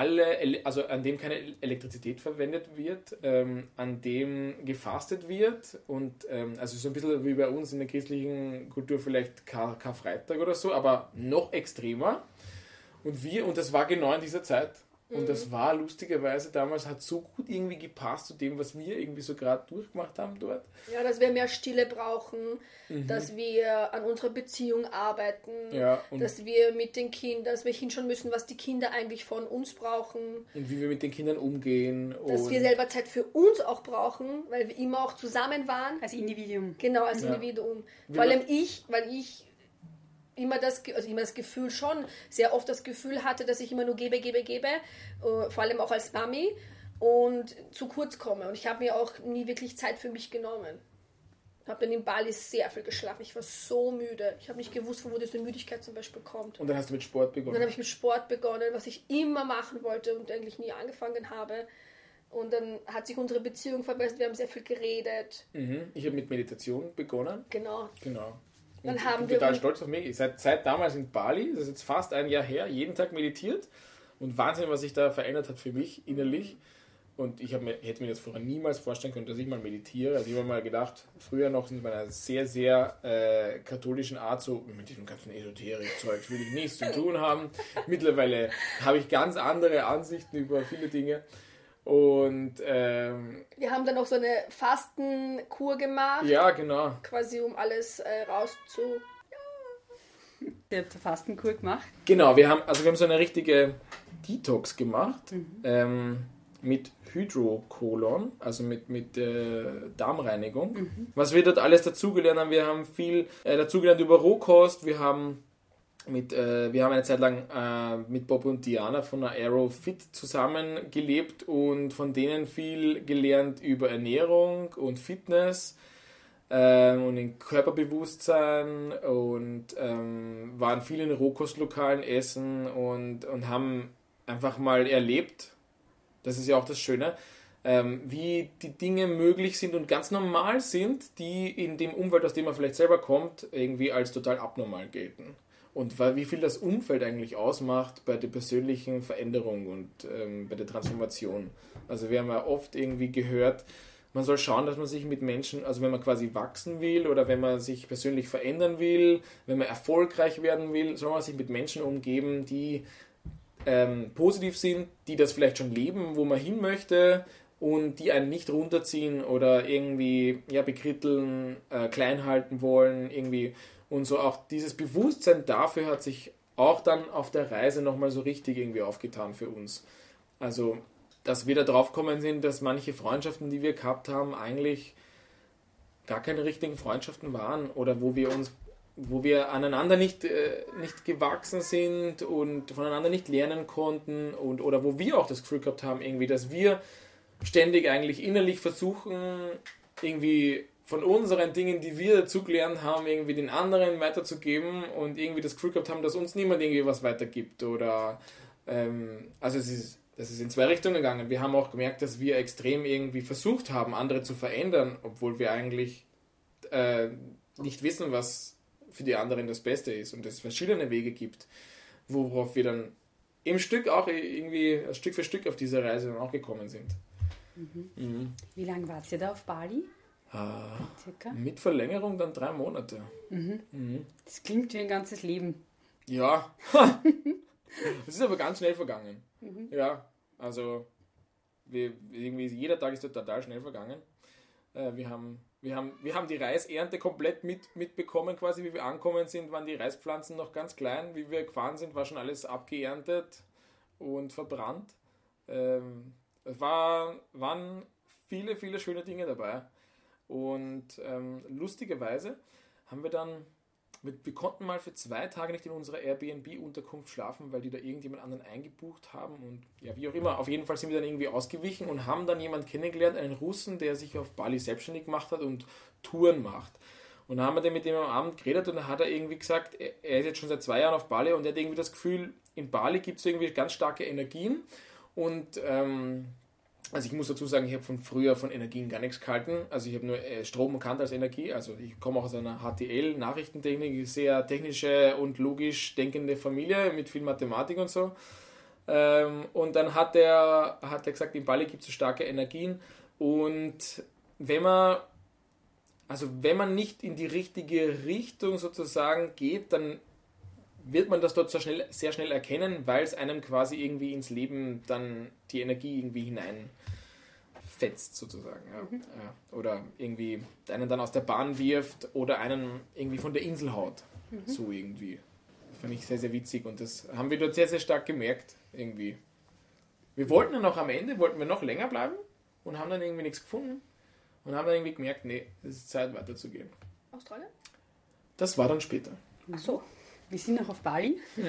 keine Elektrizität verwendet wird, an dem gefastet wird und also so ein bisschen wie bei uns in der christlichen Kultur vielleicht Karfreitag oder so, aber noch extremer. Und das war genau in dieser Zeit. Und das war lustigerweise damals, hat so gut irgendwie gepasst zu dem, was wir irgendwie so gerade durchgemacht haben dort. Ja, dass wir mehr Stille brauchen, dass wir an unserer Beziehung arbeiten, dass wir mit den Kindern, dass wir hinschauen müssen, was die Kinder eigentlich von uns brauchen. Und wie wir mit den Kindern umgehen. Dass wir selber Zeit für uns auch brauchen, weil wir immer auch zusammen waren. Als Individuum. Genau, als Individuum. Vor allem weil ich immer das Gefühl schon, sehr oft das Gefühl hatte, dass ich immer nur gebe, vor allem auch als Mami und zu kurz komme. Und ich habe mir auch nie wirklich Zeit für mich genommen. Ich habe dann in Bali sehr viel geschlafen. Ich war so müde. Ich habe nicht gewusst, von wo diese Müdigkeit zum Beispiel kommt. Und dann hast du mit Sport begonnen? Und dann habe ich mit Sport begonnen, was ich immer machen wollte und eigentlich nie angefangen habe. Und dann hat sich unsere Beziehung verbessert. Wir haben sehr viel geredet. Ich habe mit Meditation begonnen. Genau. Und ich bin total stolz auf mich. Seit damals in Bali, das ist jetzt fast ein Jahr her, jeden Tag meditiert. Und Wahnsinn, was sich da verändert hat für mich innerlich. Und ich hätte mir das vorher niemals vorstellen können, dass ich mal meditiere. Also ich habe mal gedacht, früher noch in meiner sehr, sehr katholischen Art, so mit diesem ganzen Esoterik-Zeug will ich nichts zu tun haben. Mittlerweile habe ich ganz andere Ansichten über viele Dinge. Und wir haben dann auch so eine Fastenkur gemacht. Ja, genau. Quasi um alles Ihr habt eine Fastenkur gemacht? Genau, wir haben so eine richtige Detox gemacht mit Hydrokolon, also mit Darmreinigung. Was wir dort alles dazugelernt haben, wir haben viel dazugelernt über Rohkost, wir haben eine Zeit lang mit Bob und Diana von der Aerofit zusammen gelebt und von denen viel gelernt über Ernährung und Fitness und in Körperbewusstsein und waren viel in Rohkostlokalen essen und haben einfach mal erlebt, das ist ja auch das Schöne, wie die Dinge möglich sind und ganz normal sind, die in dem Umfeld, aus dem man vielleicht selber kommt, irgendwie als total abnormal gelten. Und wie viel das Umfeld eigentlich ausmacht bei der persönlichen Veränderung und bei der Transformation. Also wir haben ja oft irgendwie gehört, man soll schauen, dass man sich mit Menschen, also wenn man quasi wachsen will oder wenn man sich persönlich verändern will, wenn man erfolgreich werden will, soll man sich mit Menschen umgeben, die positiv sind, die das vielleicht schon leben, wo man hin möchte und die einen nicht runterziehen oder irgendwie bekritteln, klein halten wollen, irgendwie. Und so auch dieses Bewusstsein dafür hat sich auch dann auf der Reise nochmal so richtig irgendwie aufgetan für uns. Also, dass wir da drauf gekommen sind, dass manche Freundschaften, die wir gehabt haben, eigentlich gar keine richtigen Freundschaften waren oder wo wir aneinander nicht gewachsen sind und voneinander nicht lernen konnten oder wo wir auch das Gefühl gehabt haben, irgendwie, dass wir ständig eigentlich innerlich versuchen, irgendwie von unseren Dingen, die wir dazugelernt haben, irgendwie den anderen weiterzugeben und irgendwie das Gefühl gehabt haben, dass uns niemand irgendwie was weitergibt oder also das ist in zwei Richtungen gegangen. Wir haben auch gemerkt, dass wir extrem irgendwie versucht haben, andere zu verändern, obwohl wir eigentlich nicht wissen, was für die anderen das Beste ist und es verschiedene Wege gibt, worauf wir dann im Stück auch irgendwie Stück für Stück auf diese Reise dann auch gekommen sind. Wie lange wart ihr da auf Bali? Mit Verlängerung dann 3 Monate. Das klingt wie ein ganzes Leben. Ja, das ist aber ganz schnell vergangen. Ja, also irgendwie jeder Tag ist total schnell vergangen. Wir haben die Reisernte komplett mitbekommen, quasi wie wir angekommen sind, waren die Reispflanzen noch ganz klein. Wie wir gefahren sind, war schon alles abgeerntet und verbrannt. Es waren viele, viele schöne Dinge dabei. Und lustigerweise haben wir dann, wir konnten mal für 2 Tage nicht in unserer Airbnb-Unterkunft schlafen, weil die da irgendjemand anderen eingebucht haben und ja, wie auch immer. Auf jeden Fall sind wir dann irgendwie ausgewichen und haben dann jemanden kennengelernt, einen Russen, der sich auf Bali selbstständig gemacht hat und Touren macht. Und dann haben wir dann mit dem am Abend geredet und dann hat er irgendwie gesagt, er ist jetzt schon seit 2 Jahren auf Bali und er hat irgendwie das Gefühl, in Bali gibt es irgendwie ganz starke Energien und also ich muss dazu sagen, ich habe von früher von Energien gar nichts gehalten. Also ich habe nur Strom erkannt als Energie. Also ich komme auch aus einer HTL, Nachrichtentechnik, sehr technische und logisch denkende Familie mit viel Mathematik und so. Und dann hat er gesagt, in Bali gibt es so starke Energien. Und wenn man nicht in die richtige Richtung sozusagen geht, dann wird man das dort sehr schnell erkennen, weil es einem quasi irgendwie ins Leben dann die Energie irgendwie hineinfetzt sozusagen. Ja. Ja. Oder irgendwie einen dann aus der Bahn wirft oder einen irgendwie von der Insel haut. So irgendwie. Das fand ich sehr, sehr witzig und das haben wir dort sehr, sehr stark gemerkt irgendwie. Wir wollten dann auch am Ende, noch länger bleiben und haben dann irgendwie nichts gefunden und haben dann irgendwie gemerkt, nee, es ist Zeit weiterzugehen. Australien? Das war dann später. Ach so. Wir sind noch auf Bali und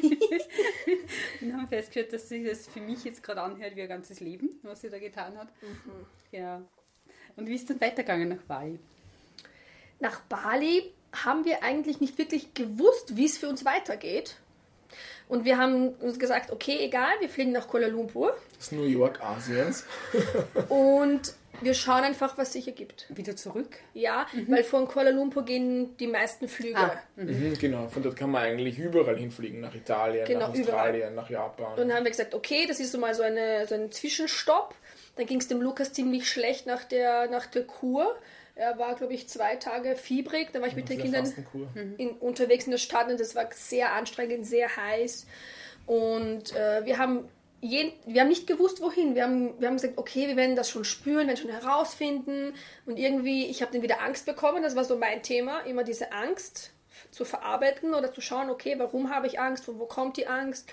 haben festgestellt, dass sich das für mich jetzt gerade anhört wie ein ganzes Leben, was sie da getan hat. Ja. Und wie ist dann weitergegangen nach Bali? Nach Bali haben wir eigentlich nicht wirklich gewusst, wie es für uns weitergeht. Und wir haben uns gesagt, okay, egal, wir fliegen nach Kuala Lumpur. Das New York Asiens. Und wir schauen einfach, was sich ergibt. Wieder zurück? Ja, weil von Kuala Lumpur gehen die meisten Flüge. Genau, von dort kann man eigentlich überall hinfliegen, nach Italien, nach Australien, überall. Nach Japan. Und dann haben wir gesagt, okay, das ist so mal so ein Zwischenstopp. Dann ging es dem Lukas ziemlich schlecht nach der Kur. Er war, glaube ich, 2 Tage fiebrig. Da war ich mit den Kindern unterwegs in der Stadt und das war sehr anstrengend, sehr heiß. Und wir haben nicht gewusst, wohin. Wir haben gesagt, okay, wir werden das schon spüren, werden schon herausfinden. Und irgendwie, ich habe dann wieder Angst bekommen. Das war so mein Thema, immer diese Angst zu verarbeiten oder zu schauen, okay, warum habe ich Angst, von wo kommt die Angst?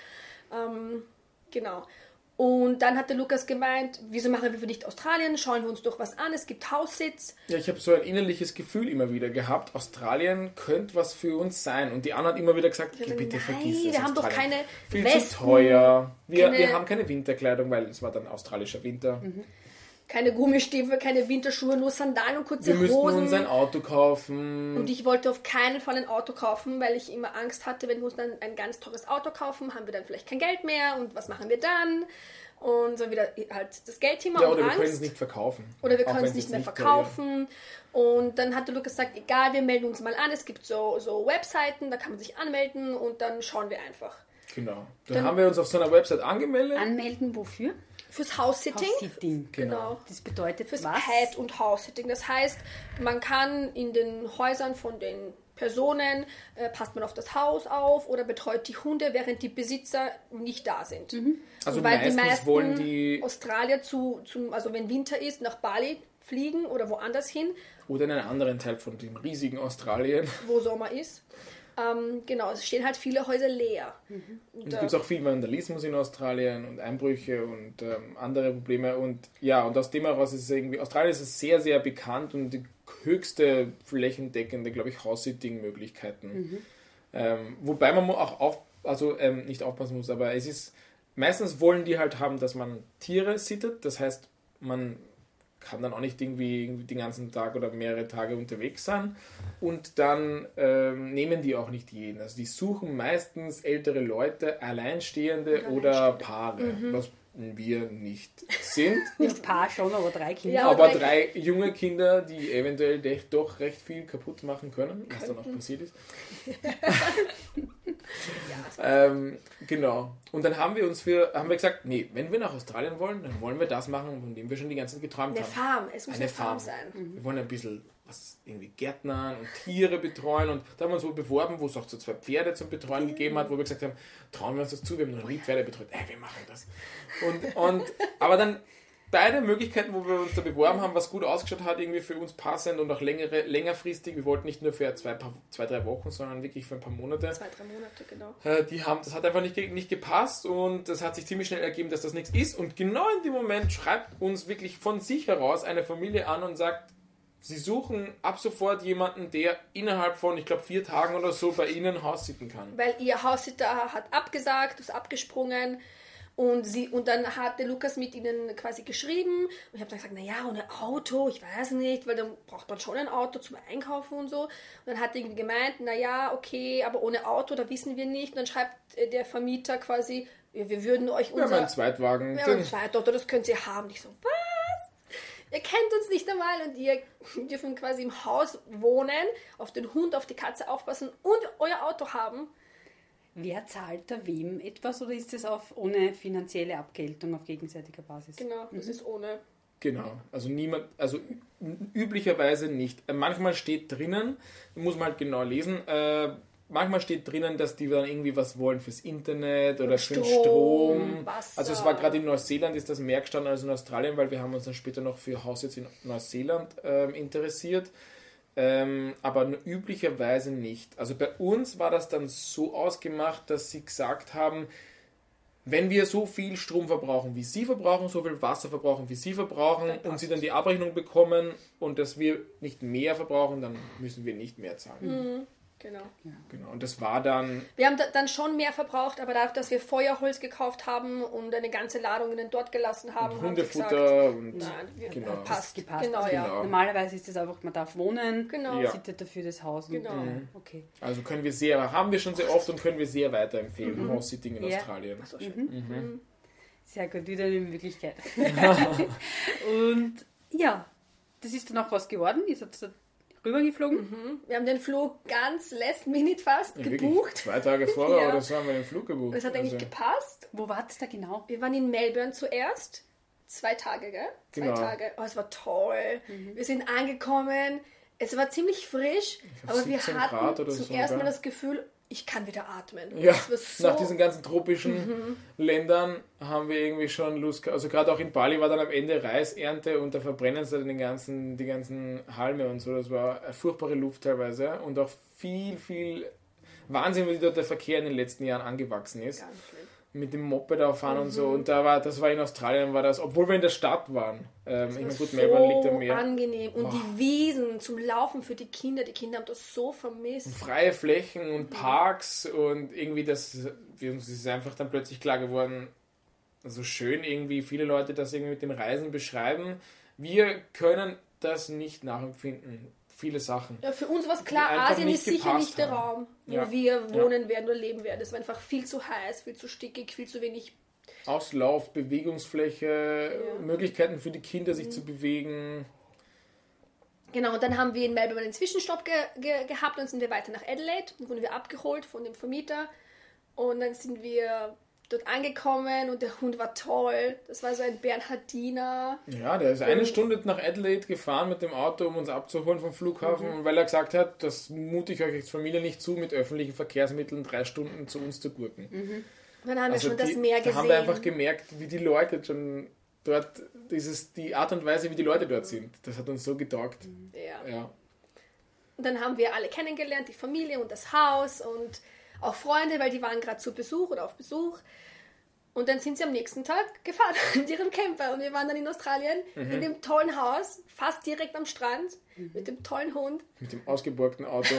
Genau. Und dann hat der Lukas gemeint, wieso machen wir nicht Australien? Schauen wir uns doch was an, es gibt Haussitz. Ja, ich habe so ein innerliches Gefühl immer wieder gehabt, Australien könnte was für uns sein. Und die Anna hat immer wieder gesagt, bitte vergiss es. Wir haben doch keine viel Westen, zu teuer. Wir haben keine Winterkleidung, weil es war dann australischer Winter. Keine Gummistiefel, keine Winterschuhe, nur Sandalen und kurze Hosen. Wir müssten uns ein Auto kaufen. Und ich wollte auf keinen Fall ein Auto kaufen, weil ich immer Angst hatte, wenn wir uns dann ein ganz teures Auto kaufen, haben wir dann vielleicht kein Geld mehr und was machen wir dann? Und so wieder halt das Geldthema und Angst. Oder wir können es nicht verkaufen. Oder wir können es nicht mehr verkaufen. Und dann hat der Lukas gesagt, egal, wir melden uns mal an. Es gibt so Webseiten, da kann man sich anmelden und dann schauen wir einfach. Genau. Dann haben wir uns auf so einer Website angemeldet. Anmelden wofür? Fürs House-Sitting. House-Sitting, genau. Das bedeutet fürs was? Pet- und House-Sitting. Das heißt, man kann in den Häusern von den Personen, passt man auf das Haus auf oder betreut die Hunde, während die Besitzer nicht da sind. Also weil meistens die meisten wollen die Australier also wenn Winter ist, nach Bali fliegen oder woanders hin. Oder in einen anderen Teil von dem riesigen Australien. Wo Sommer ist. Genau, es stehen halt viele Häuser leer. Und es gibt auch viel Vandalismus in Australien und Einbrüche und andere Probleme. Und ja, und aus dem heraus ist es irgendwie, Australien ist sehr, sehr bekannt und die höchste flächendeckende, glaube ich, House-Sitting-Möglichkeiten. Wobei man auch nicht aufpassen muss, aber es ist, meistens wollen die halt haben, dass man Tiere sittet. Das heißt, man kann dann auch nicht irgendwie den ganzen Tag oder mehrere Tage unterwegs sein. Und dann nehmen die auch nicht jeden. Also die suchen meistens ältere Leute, Alleinstehende oder Paare, was wir nicht sind. Nicht Paar schon, aber 3 Kinder. Ja, aber 3 junge Kinder, die eventuell doch recht viel kaputt machen können, was dann auch passiert ist. Genau. Und dann haben wir gesagt, nee, wenn wir nach Australien wollen, dann wollen wir das machen, von dem wir schon die ganze Zeit geträumt haben. Eine Farm, es muss eine Farm sein. Wir wollen ein bisschen irgendwie Gärtnern und Tiere betreuen und da haben wir uns so beworben, wo es auch so 2 Pferde zum Betreuen gegeben hat, wo wir gesagt haben, trauen wir uns das zu, wir haben noch nie Pferde betreut, wir machen das. Aber dann beide Möglichkeiten, wo wir uns da beworben haben, was gut ausgeschaut hat, irgendwie für uns passend und auch längerfristig. Wir wollten nicht nur für 2-3 Wochen, sondern wirklich für ein paar Monate. 2-3 Monate, genau. Das hat einfach nicht gepasst und es hat sich ziemlich schnell ergeben, dass das nichts ist. Und genau in dem Moment schreibt uns wirklich von sich heraus eine Familie an und sagt, sie suchen ab sofort jemanden, der innerhalb von, ich glaube, 4 Tagen oder so bei ihnen haussitzen kann. Weil ihr Haussitter hat abgesagt, ist abgesprungen. Und dann hat der Lukas mit ihnen quasi geschrieben. Und ich habe dann gesagt, naja, ohne Auto, ich weiß nicht, weil dann braucht man schon ein Auto zum Einkaufen und so. Und dann hat er irgendwie gemeint, naja, okay, aber ohne Auto, da wissen wir nicht. Und dann schreibt der Vermieter quasi, wir würden euch Wir haben einen Zweitwagen. Wir haben ein Zweitauto, das könnt ihr haben. Und ich so, was? Ihr kennt uns nicht einmal und ihr dürfen quasi im Haus wohnen, auf den Hund, auf die Katze aufpassen und euer Auto haben. Wer zahlt da wem etwas oder ist das ohne finanzielle Abgeltung auf gegenseitiger Basis? Genau, das ist ohne. Genau, also üblicherweise nicht. Manchmal steht drinnen, muss man halt genau lesen, manchmal steht drinnen, dass die dann irgendwie was wollen fürs Internet oder für den Strom. Wasser. Also es war gerade in Neuseeland, ist das mehr gestanden als in Australien, weil wir haben uns dann später noch für Haus in Neuseeland interessiert. Aber üblicherweise nicht. Also bei uns war das dann so ausgemacht, dass sie gesagt haben, wenn wir so viel Strom verbrauchen, wie sie verbrauchen, so viel Wasser verbrauchen, wie sie verbrauchen und sie dann die Abrechnung bekommen und dass wir nicht mehr verbrauchen, dann müssen wir nicht mehr zahlen. Mhm. Genau. Ja. Genau. Und das war dann... Wir haben dann schon mehr verbraucht, aber dadurch, dass wir Feuerholz gekauft haben und eine ganze Ladung ihnen dort gelassen haben, und Hundefutter und genau. passt. Gepasst. Genau, Also ja. Normalerweise ist es einfach, man darf wohnen, sittet dafür das Haus. Genau. Okay. Also haben wir schon sehr oft und können wir sehr weiterempfehlen. House-Sitting in Australien. Das war schön. Sehr gut, wieder eine Möglichkeit. Und ja, das ist dann auch was geworden. Ihr seid rübergeflogen. Wir haben den Flug ganz last minute fast gebucht. Wirklich 2 Tage vorher oder so haben wir den Flug gebucht. Das hat eigentlich gepasst. Wo war das da genau? Wir waren in Melbourne zuerst. 2 Tage, gell? 2 Genau. Tage. Oh, es war toll. Wir sind angekommen. Es war ziemlich frisch, aber wir hatten zum ersten Mal das Gefühl, ich kann wieder atmen. Ja, nach diesen ganzen tropischen Ländern haben wir irgendwie schon Lust, also gerade auch in Bali war dann am Ende Reisernte und da verbrennen sie dann die ganzen Halme und so, das war eine furchtbare Luft teilweise und auch viel Wahnsinn, wie dort der Verkehr in den letzten Jahren angewachsen ist. Ganz schlimm. Mit dem Moped auffahren und so und das war in Australien, obwohl wir in der Stadt waren. Ich meine, gut, Melbourne liegt am Meer. Angenehm und die Wiesen zum Laufen für die Kinder haben das so vermisst. Und freie Flächen und Parks und irgendwie uns ist einfach dann plötzlich klar geworden, so schön irgendwie viele Leute das irgendwie mit dem Reisen beschreiben. Wir können das nicht nachempfinden. Viele Sachen. Ja, für uns war es klar, Asien ist sicher nicht der Raum, wo wir wohnen werden oder leben werden. Es war einfach viel zu heiß, viel zu stickig, viel zu wenig Auslauf, Bewegungsfläche, Möglichkeiten für die Kinder, sich zu bewegen. Genau, und dann haben wir in Melbourne einen Zwischenstopp gehabt und sind wir weiter nach Adelaide und wurden wir abgeholt von dem Vermieter und dann sind wir dort angekommen und der Hund war toll. Das war so ein Bernhardiner. Ja, der ist 1 Stunde nach Adelaide gefahren mit dem Auto, um uns abzuholen vom Flughafen, weil er gesagt hat, das mute ich euch als Familie nicht zu, mit öffentlichen Verkehrsmitteln 3 Stunden zu uns zu gurken. Und dann haben wir schon das Meer gesehen. Da haben wir einfach gemerkt, wie die Leute schon dort, die Art und Weise, wie die Leute dort sind, das hat uns so getaugt. Ja. Und dann haben wir alle kennengelernt, die Familie und das Haus und auch Freunde, weil die waren gerade zu Besuch oder auf Besuch. Und dann sind sie am nächsten Tag gefahren in ihrem Camper. Und wir waren dann in Australien, in dem tollen Haus, fast direkt am Strand, mit dem tollen Hund. Mit dem ausgeborgten Auto.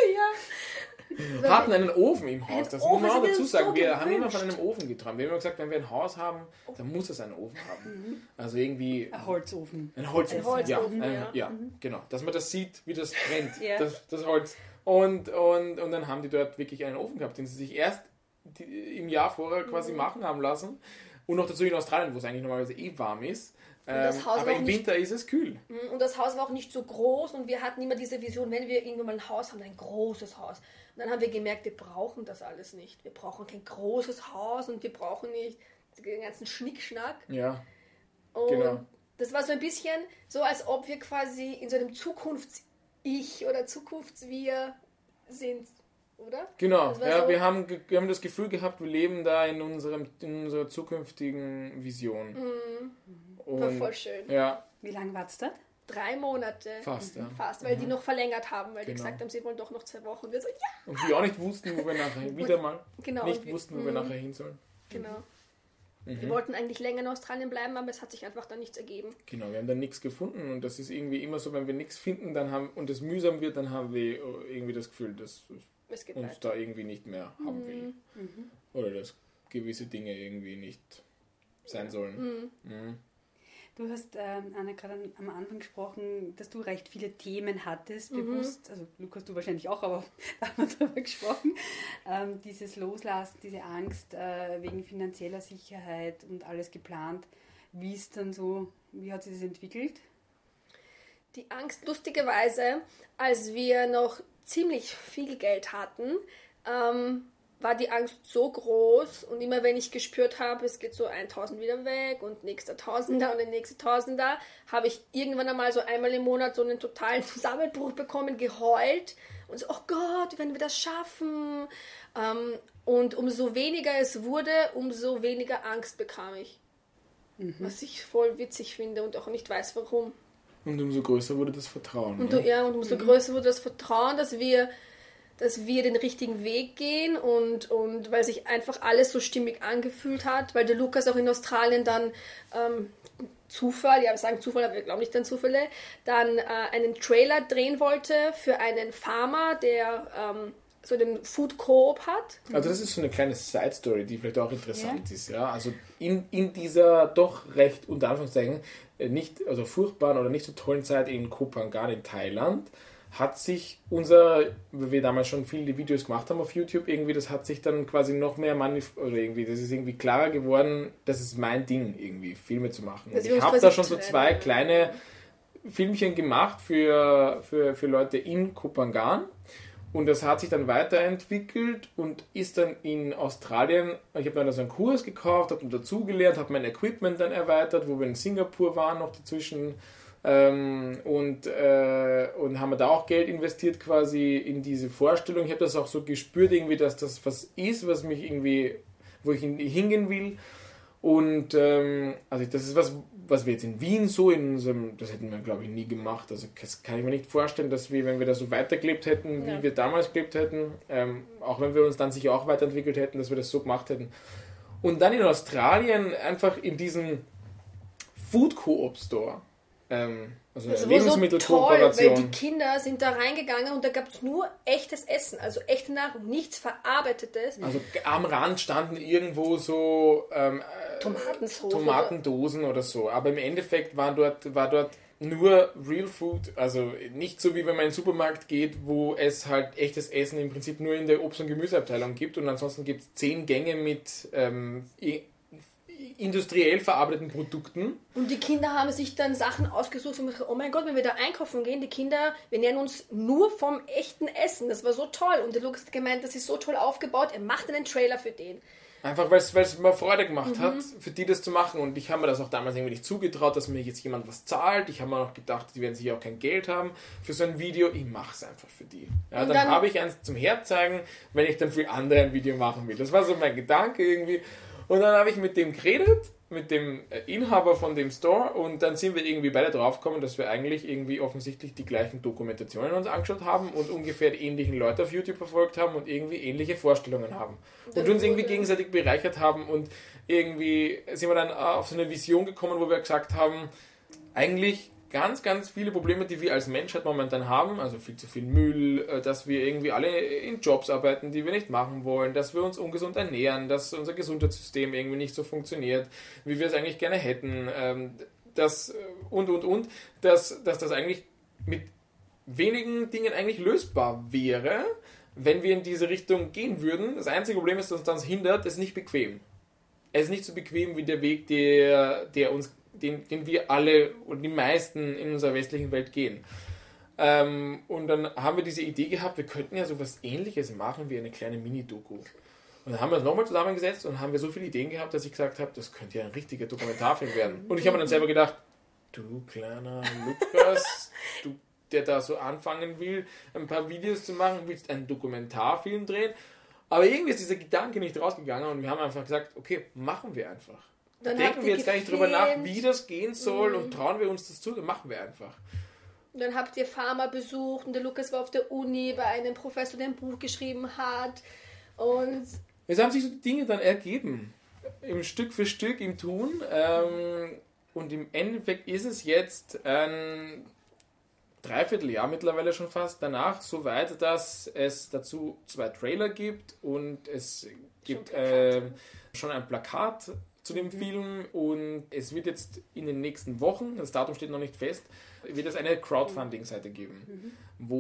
Ja. Hatten einen Ofen im Haus, das muss man auch dazu sagen. So wir haben immer von einem Ofen geträumt. Wir haben immer gesagt, wenn wir ein Haus haben, dann muss es einen Ofen haben. Also irgendwie... Ein Holzofen. Ein Holzofen, ja. Genau. Dass man das sieht, wie das brennt, das Holz. Und dann haben die dort wirklich einen Ofen gehabt, den sie sich erst im Jahr vorher quasi machen haben lassen. Und noch dazu in Australien, wo es eigentlich normalerweise warm ist. Aber im Winter ist es kühl. Und das Haus war auch nicht so groß und wir hatten immer diese Vision, wenn wir irgendwann mal ein Haus haben, ein großes Haus. Und dann haben wir gemerkt, wir brauchen das alles nicht. Wir brauchen kein großes Haus und wir brauchen nicht den ganzen Schnickschnack. Ja, und genau. Das war so ein bisschen so, als ob wir quasi in so einem Zukunfts-Ich oder Zukunfts-Wir sind. oder? Genau, ja, so wir haben das Gefühl gehabt, wir leben da in unserer zukünftigen Vision. War voll schön. Ja. Wie lange war es dort? 3 Monate. Fast, ja. Fast, weil die noch verlängert haben, weil die gesagt haben, sie wollen doch noch 2 Wochen. Und wir so, ja! Und wir auch nicht wussten, wo wir nachher wo wir nachher hin sollen. Genau. Wir wollten eigentlich länger in Australien bleiben, aber es hat sich einfach dann nichts ergeben. Genau, wir haben dann nichts gefunden und das ist irgendwie immer so, wenn wir nichts finden und es mühsam wird, dann haben wir irgendwie das Gefühl, dass uns da irgendwie nicht mehr haben will. Oder dass gewisse Dinge irgendwie nicht sein sollen. Du hast, Anna, gerade am Anfang gesprochen, dass du recht viele Themen hattest, bewusst, also Lukas, du wahrscheinlich auch, aber da haben wir drüber gesprochen, dieses Loslassen, diese Angst wegen finanzieller Sicherheit und alles geplant. Wie hat sich das entwickelt? Die Angst, lustigerweise, als wir noch ziemlich viel Geld hatten, war die Angst so groß und immer wenn ich gespürt habe, es geht so 1000 wieder weg und nächster Tausender und der nächste Tausender, habe ich irgendwann einmal so einmal im Monat so einen totalen Zusammenbruch bekommen, geheult und so, oh Gott, wenn wir das schaffen. Und umso weniger es wurde, umso weniger Angst bekam ich. Was ich voll witzig finde und auch nicht weiß, warum. Und umso größer wurde das Vertrauen. Und umso größer wurde das Vertrauen, dass wir den richtigen Weg gehen und weil sich einfach alles so stimmig angefühlt hat, weil der Lukas auch in Australien dann Zufall, ja, wir sagen Zufall, aber wir glauben nicht an Zufälle, dann einen Trailer drehen wollte für einen Farmer, der so den Food Co-op hat. Also das ist so eine kleine Side-Story, die vielleicht auch interessant ist. Ja? Also in dieser doch recht, unter Anführungszeichen, nicht furchtbaren oder nicht so tollen Zeit in Koh Phangan in Thailand, hat sich weil wir damals schon viele Videos gemacht haben auf YouTube, das hat sich dann quasi noch mehr das ist irgendwie klarer geworden, das ist mein Ding, irgendwie Filme zu machen. Und ich habe da schon so 2 kleine Filmchen gemacht für Leute in Koh Phangan und das hat sich dann weiterentwickelt und ist dann in Australien, ich habe dann so einen Kurs gekauft, habe dazugelernt, habe mein Equipment dann erweitert, wo wir in Singapur waren noch dazwischen, und haben da auch Geld investiert quasi in diese Vorstellung. Ich habe das auch so gespürt, dass das was ist, was mich wo ich hingehen will. Und also das ist was wir jetzt in Wien so das hätten wir, glaube ich, nie gemacht. Also das kann ich mir nicht vorstellen, dass wir, wenn wir da so weitergelebt hätten, wie wir damals gelebt hätten, auch wenn wir uns dann sicher auch weiterentwickelt hätten, dass wir das so gemacht hätten. Und dann in Australien einfach in diesem Food Co-op Store. Also eine Lebensmittelkooperation. Weil die Kinder sind da reingegangen und da gab es nur echtes Essen, also echte Nahrung, nichts Verarbeitetes. Also am Rand standen irgendwo so Tomatendosen oder so, aber im Endeffekt war dort nur Real Food, also nicht so wie wenn man in den Supermarkt geht, wo es halt echtes Essen im Prinzip nur in der Obst- und Gemüseabteilung gibt und ansonsten gibt es 10 Gänge mit industriell verarbeiteten Produkten. Und die Kinder haben sich dann Sachen ausgesucht und gesagt, oh mein Gott, wenn wir da einkaufen gehen, die Kinder, wir ernähren uns nur vom echten Essen. Das war so toll. Und der Lukas hat gemeint, das ist so toll aufgebaut, er macht einen Trailer für den. Einfach, weil es mir Freude gemacht hat, für die das zu machen. Und ich habe mir das auch damals irgendwie nicht zugetraut, dass mir jetzt jemand was zahlt. Ich habe mir auch gedacht, die werden sicher auch kein Geld haben für so ein Video. Ich mache es einfach für die. Ja, dann habe ich eins zum Herzeigen, wenn ich dann für andere ein Video machen will. Das war so mein Gedanke irgendwie. Und dann habe ich mit dem geredet, mit dem Inhaber von dem Store und dann sind wir irgendwie beide draufgekommen, dass wir eigentlich irgendwie offensichtlich die gleichen Dokumentationen uns angeschaut haben und ungefähr die ähnlichen Leute auf YouTube verfolgt haben und irgendwie ähnliche Vorstellungen haben. Und uns irgendwie gegenseitig bereichert haben und irgendwie sind wir dann auf so eine Vision gekommen, wo wir gesagt haben, eigentlich ganz, ganz viele Probleme, die wir als Menschheit momentan haben, also viel zu viel Müll, dass wir irgendwie alle in Jobs arbeiten, die wir nicht machen wollen, dass wir uns ungesund ernähren, dass unser Gesundheitssystem irgendwie nicht so funktioniert, wie wir es eigentlich gerne hätten, dass das eigentlich mit wenigen Dingen eigentlich lösbar wäre, wenn wir in diese Richtung gehen würden. Das einzige Problem ist, dass uns das hindert, es ist nicht bequem. Es ist nicht so bequem wie der Weg, den wir alle und die meisten in unserer westlichen Welt gehen. Und dann haben wir diese Idee gehabt, wir könnten ja so was Ähnliches machen wie eine kleine Mini-Doku. Und dann haben wir uns nochmal zusammengesetzt und haben wir so viele Ideen gehabt, dass ich gesagt habe, das könnte ja ein richtiger Dokumentarfilm werden. Und ich habe mir dann selber gedacht, du kleiner Lukas, der da so anfangen will, ein paar Videos zu machen, willst einen Dokumentarfilm drehen. Aber irgendwie ist dieser Gedanke nicht rausgegangen und wir haben einfach gesagt, okay, machen wir einfach. Dann denken wir jetzt gar nicht drüber nach, wie das gehen soll und trauen wir uns das zu, dann machen wir einfach. Und dann habt ihr Pharma besucht und der Lukas war auf der Uni bei einem Professor, der ein Buch geschrieben hat. Und es haben sich so die Dinge dann ergeben, im Stück für Stück im Tun. Und im Endeffekt ist es jetzt ein Dreivierteljahr mittlerweile schon fast danach so weit, dass es dazu 2 Trailer gibt und es gibt schon ein Plakat zu dem Film und es wird jetzt in den nächsten Wochen, das Datum steht noch nicht fest, wird es eine Crowdfunding-Seite geben,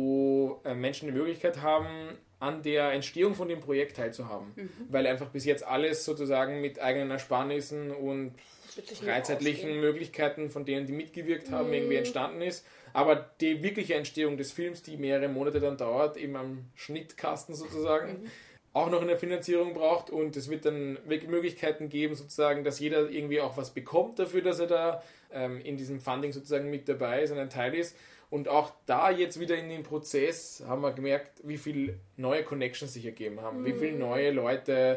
wo Menschen die Möglichkeit haben, an der Entstehung von dem Projekt teilzuhaben, weil einfach bis jetzt alles sozusagen mit eigenen Ersparnissen und freizeitlichen Möglichkeiten von denen, die mitgewirkt haben, irgendwie entstanden ist. Aber die wirkliche Entstehung des Films, die mehrere Monate dann dauert, eben am Schnittkasten sozusagen, auch noch eine Finanzierung braucht und es wird dann Möglichkeiten geben, sozusagen, dass jeder irgendwie auch was bekommt dafür, dass er da in diesem Funding sozusagen mit dabei ist und ein Teil ist. Und auch da jetzt wieder in dem Prozess haben wir gemerkt, wie viele neue Connections sich ergeben haben, wie viele neue Leute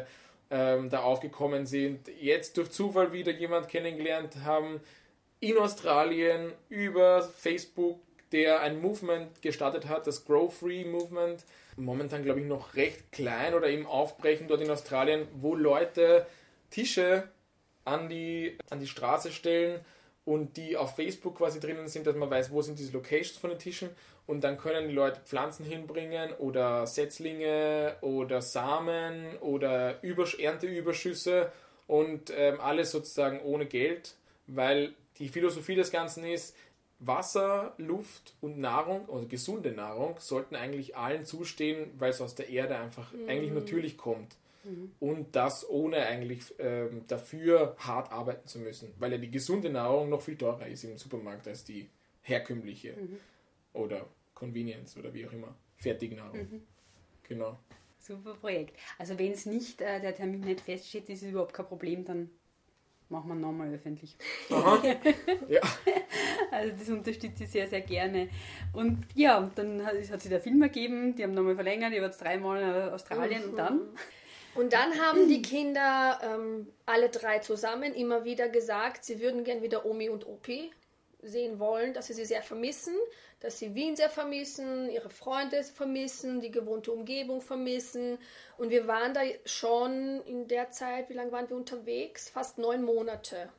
da aufgekommen sind, jetzt durch Zufall wieder jemand kennengelernt haben in Australien über Facebook, der ein Movement gestartet hat, das Grow Free Movement, momentan glaube ich noch recht klein oder im Aufbrechen dort in Australien, wo Leute Tische an die Straße stellen und die auf Facebook quasi drinnen sind, dass man weiß, wo sind diese Locations von den Tischen und dann können die Leute Pflanzen hinbringen oder Setzlinge oder Samen oder Ernteüberschüsse und alles sozusagen ohne Geld, weil die Philosophie des Ganzen ist, Wasser, Luft und Nahrung, also gesunde Nahrung, sollten eigentlich allen zustehen, weil es aus der Erde einfach eigentlich natürlich kommt. Und das ohne eigentlich dafür hart arbeiten zu müssen, weil ja die gesunde Nahrung noch viel teurer ist im Supermarkt als die herkömmliche oder Convenience oder wie auch immer, Fertignahrung. Genau. Super Projekt. Also wenn es nicht, der Termin nicht feststeht, ist es überhaupt kein Problem, dann machen wir nochmal öffentlich. Aha. Ja. Also das unterstütze ich sehr, sehr gerne. Und ja, und dann hat sich der Film ergeben, die haben nochmal verlängert, ich war jetzt 3 Monate in Australien und dann? Und dann haben die Kinder alle 3 zusammen immer wieder gesagt, sie würden gern wieder Omi und Opi sehen wollen, dass sie sehr vermissen, dass sie Wien sehr vermissen, ihre Freunde vermissen, die gewohnte Umgebung vermissen. Und wir waren da schon in der Zeit, wie lange waren wir unterwegs? Fast 9 Monate.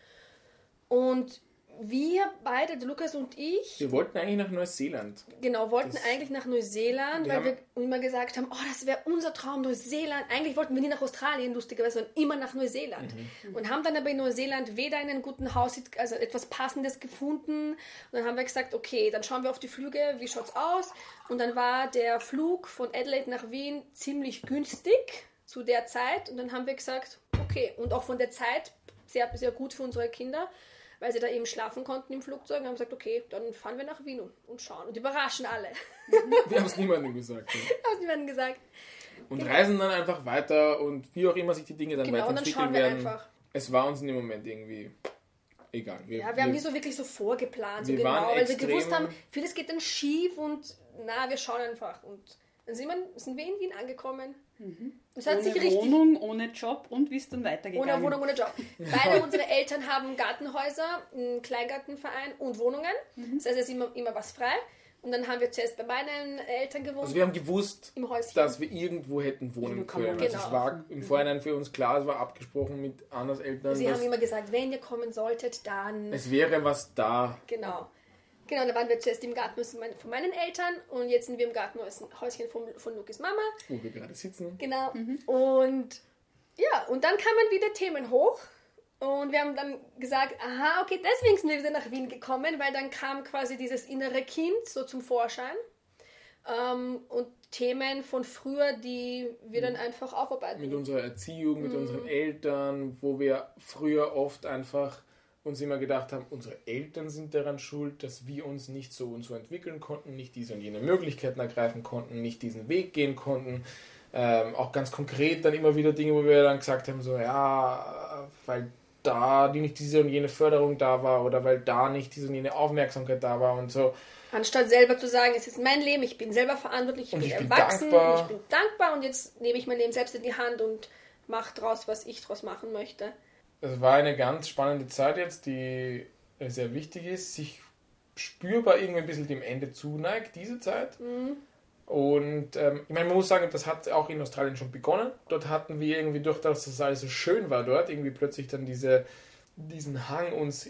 Und wir beide, der Lukas und ich... Wir wollten eigentlich nach Neuseeland. Genau, wollten eigentlich nach Neuseeland, weil wir immer gesagt haben, oh, das wäre unser Traum, Neuseeland. Eigentlich wollten wir nie nach Australien, lustigerweise, sondern immer nach Neuseeland. Und haben dann aber in Neuseeland weder einen guten Haus, also etwas Passendes gefunden. Und dann haben wir gesagt, okay, dann schauen wir auf die Flüge, wie schaut's aus? Und dann war der Flug von Adelaide nach Wien ziemlich günstig zu der Zeit. Und dann haben wir gesagt, okay, und auch von der Zeit sehr, sehr gut für unsere Kinder, weil sie da eben schlafen konnten im Flugzeug und haben gesagt, okay, dann fahren wir nach Wien und schauen und überraschen alle. Wir haben es niemandem gesagt. Und reisen dann einfach weiter und wie auch immer sich die Dinge dann weiterentwickeln werden. Einfach. Es war uns in dem Moment irgendwie egal. Wir haben nie so wirklich so vorgeplant, so genau, weil wir gewusst haben, vieles geht dann schief und wir schauen einfach. Und dann sind wir in Wien angekommen. Das hat sich richtig, Wohnung, ohne Job und wie ist dann weitergegangen? Ohne Wohnung, ohne Job. Beide unsere Eltern haben Gartenhäuser, einen Kleingartenverein und Wohnungen. Das heißt, es ist immer was frei. Und dann haben wir zuerst bei meinen Eltern gewohnt. Also wir haben gewusst, dass wir irgendwo hätten wohnen können. Genau. Also es war im Vorhinein für uns klar, es war abgesprochen mit Annas Eltern. Sie haben immer gesagt, wenn ihr kommen solltet, dann... Es wäre was da. Genau, da waren wir zuerst im Gartenhäuschen von meinen Eltern und jetzt sind wir im Gartenhäuschen von Lukis Mama. Wo wir gerade sitzen. Genau. Und ja, und dann kamen wieder Themen hoch und wir haben dann gesagt, aha, okay, deswegen sind wir wieder nach Wien gekommen, weil dann kam quasi dieses innere Kind so zum Vorschein und Themen von früher, die wir dann einfach aufarbeiten. Mit unserer Erziehung, mit unseren Eltern, wo wir früher oft einfach uns immer gedacht haben, unsere Eltern sind daran schuld, dass wir uns nicht so und so entwickeln konnten, nicht diese und jene Möglichkeiten ergreifen konnten, nicht diesen Weg gehen konnten. Auch ganz konkret dann immer wieder Dinge, wo wir dann gesagt haben, so ja, weil da nicht diese und jene Förderung da war oder weil da nicht diese und jene Aufmerksamkeit da war und so. Anstatt selber zu sagen, es ist mein Leben, ich bin selber verantwortlich, ich bin erwachsen, ich bin dankbar und jetzt nehme ich mein Leben selbst in die Hand und mache draus, was ich draus machen möchte. Es war eine ganz spannende Zeit jetzt, die sehr wichtig ist, sich spürbar irgendwie ein bisschen dem Ende zuneigt, diese Zeit. Und ich meine, man muss sagen, das hat auch in Australien schon begonnen. Dort hatten wir irgendwie, durch das, dass es alles so schön war dort, irgendwie plötzlich dann diesen Hang, uns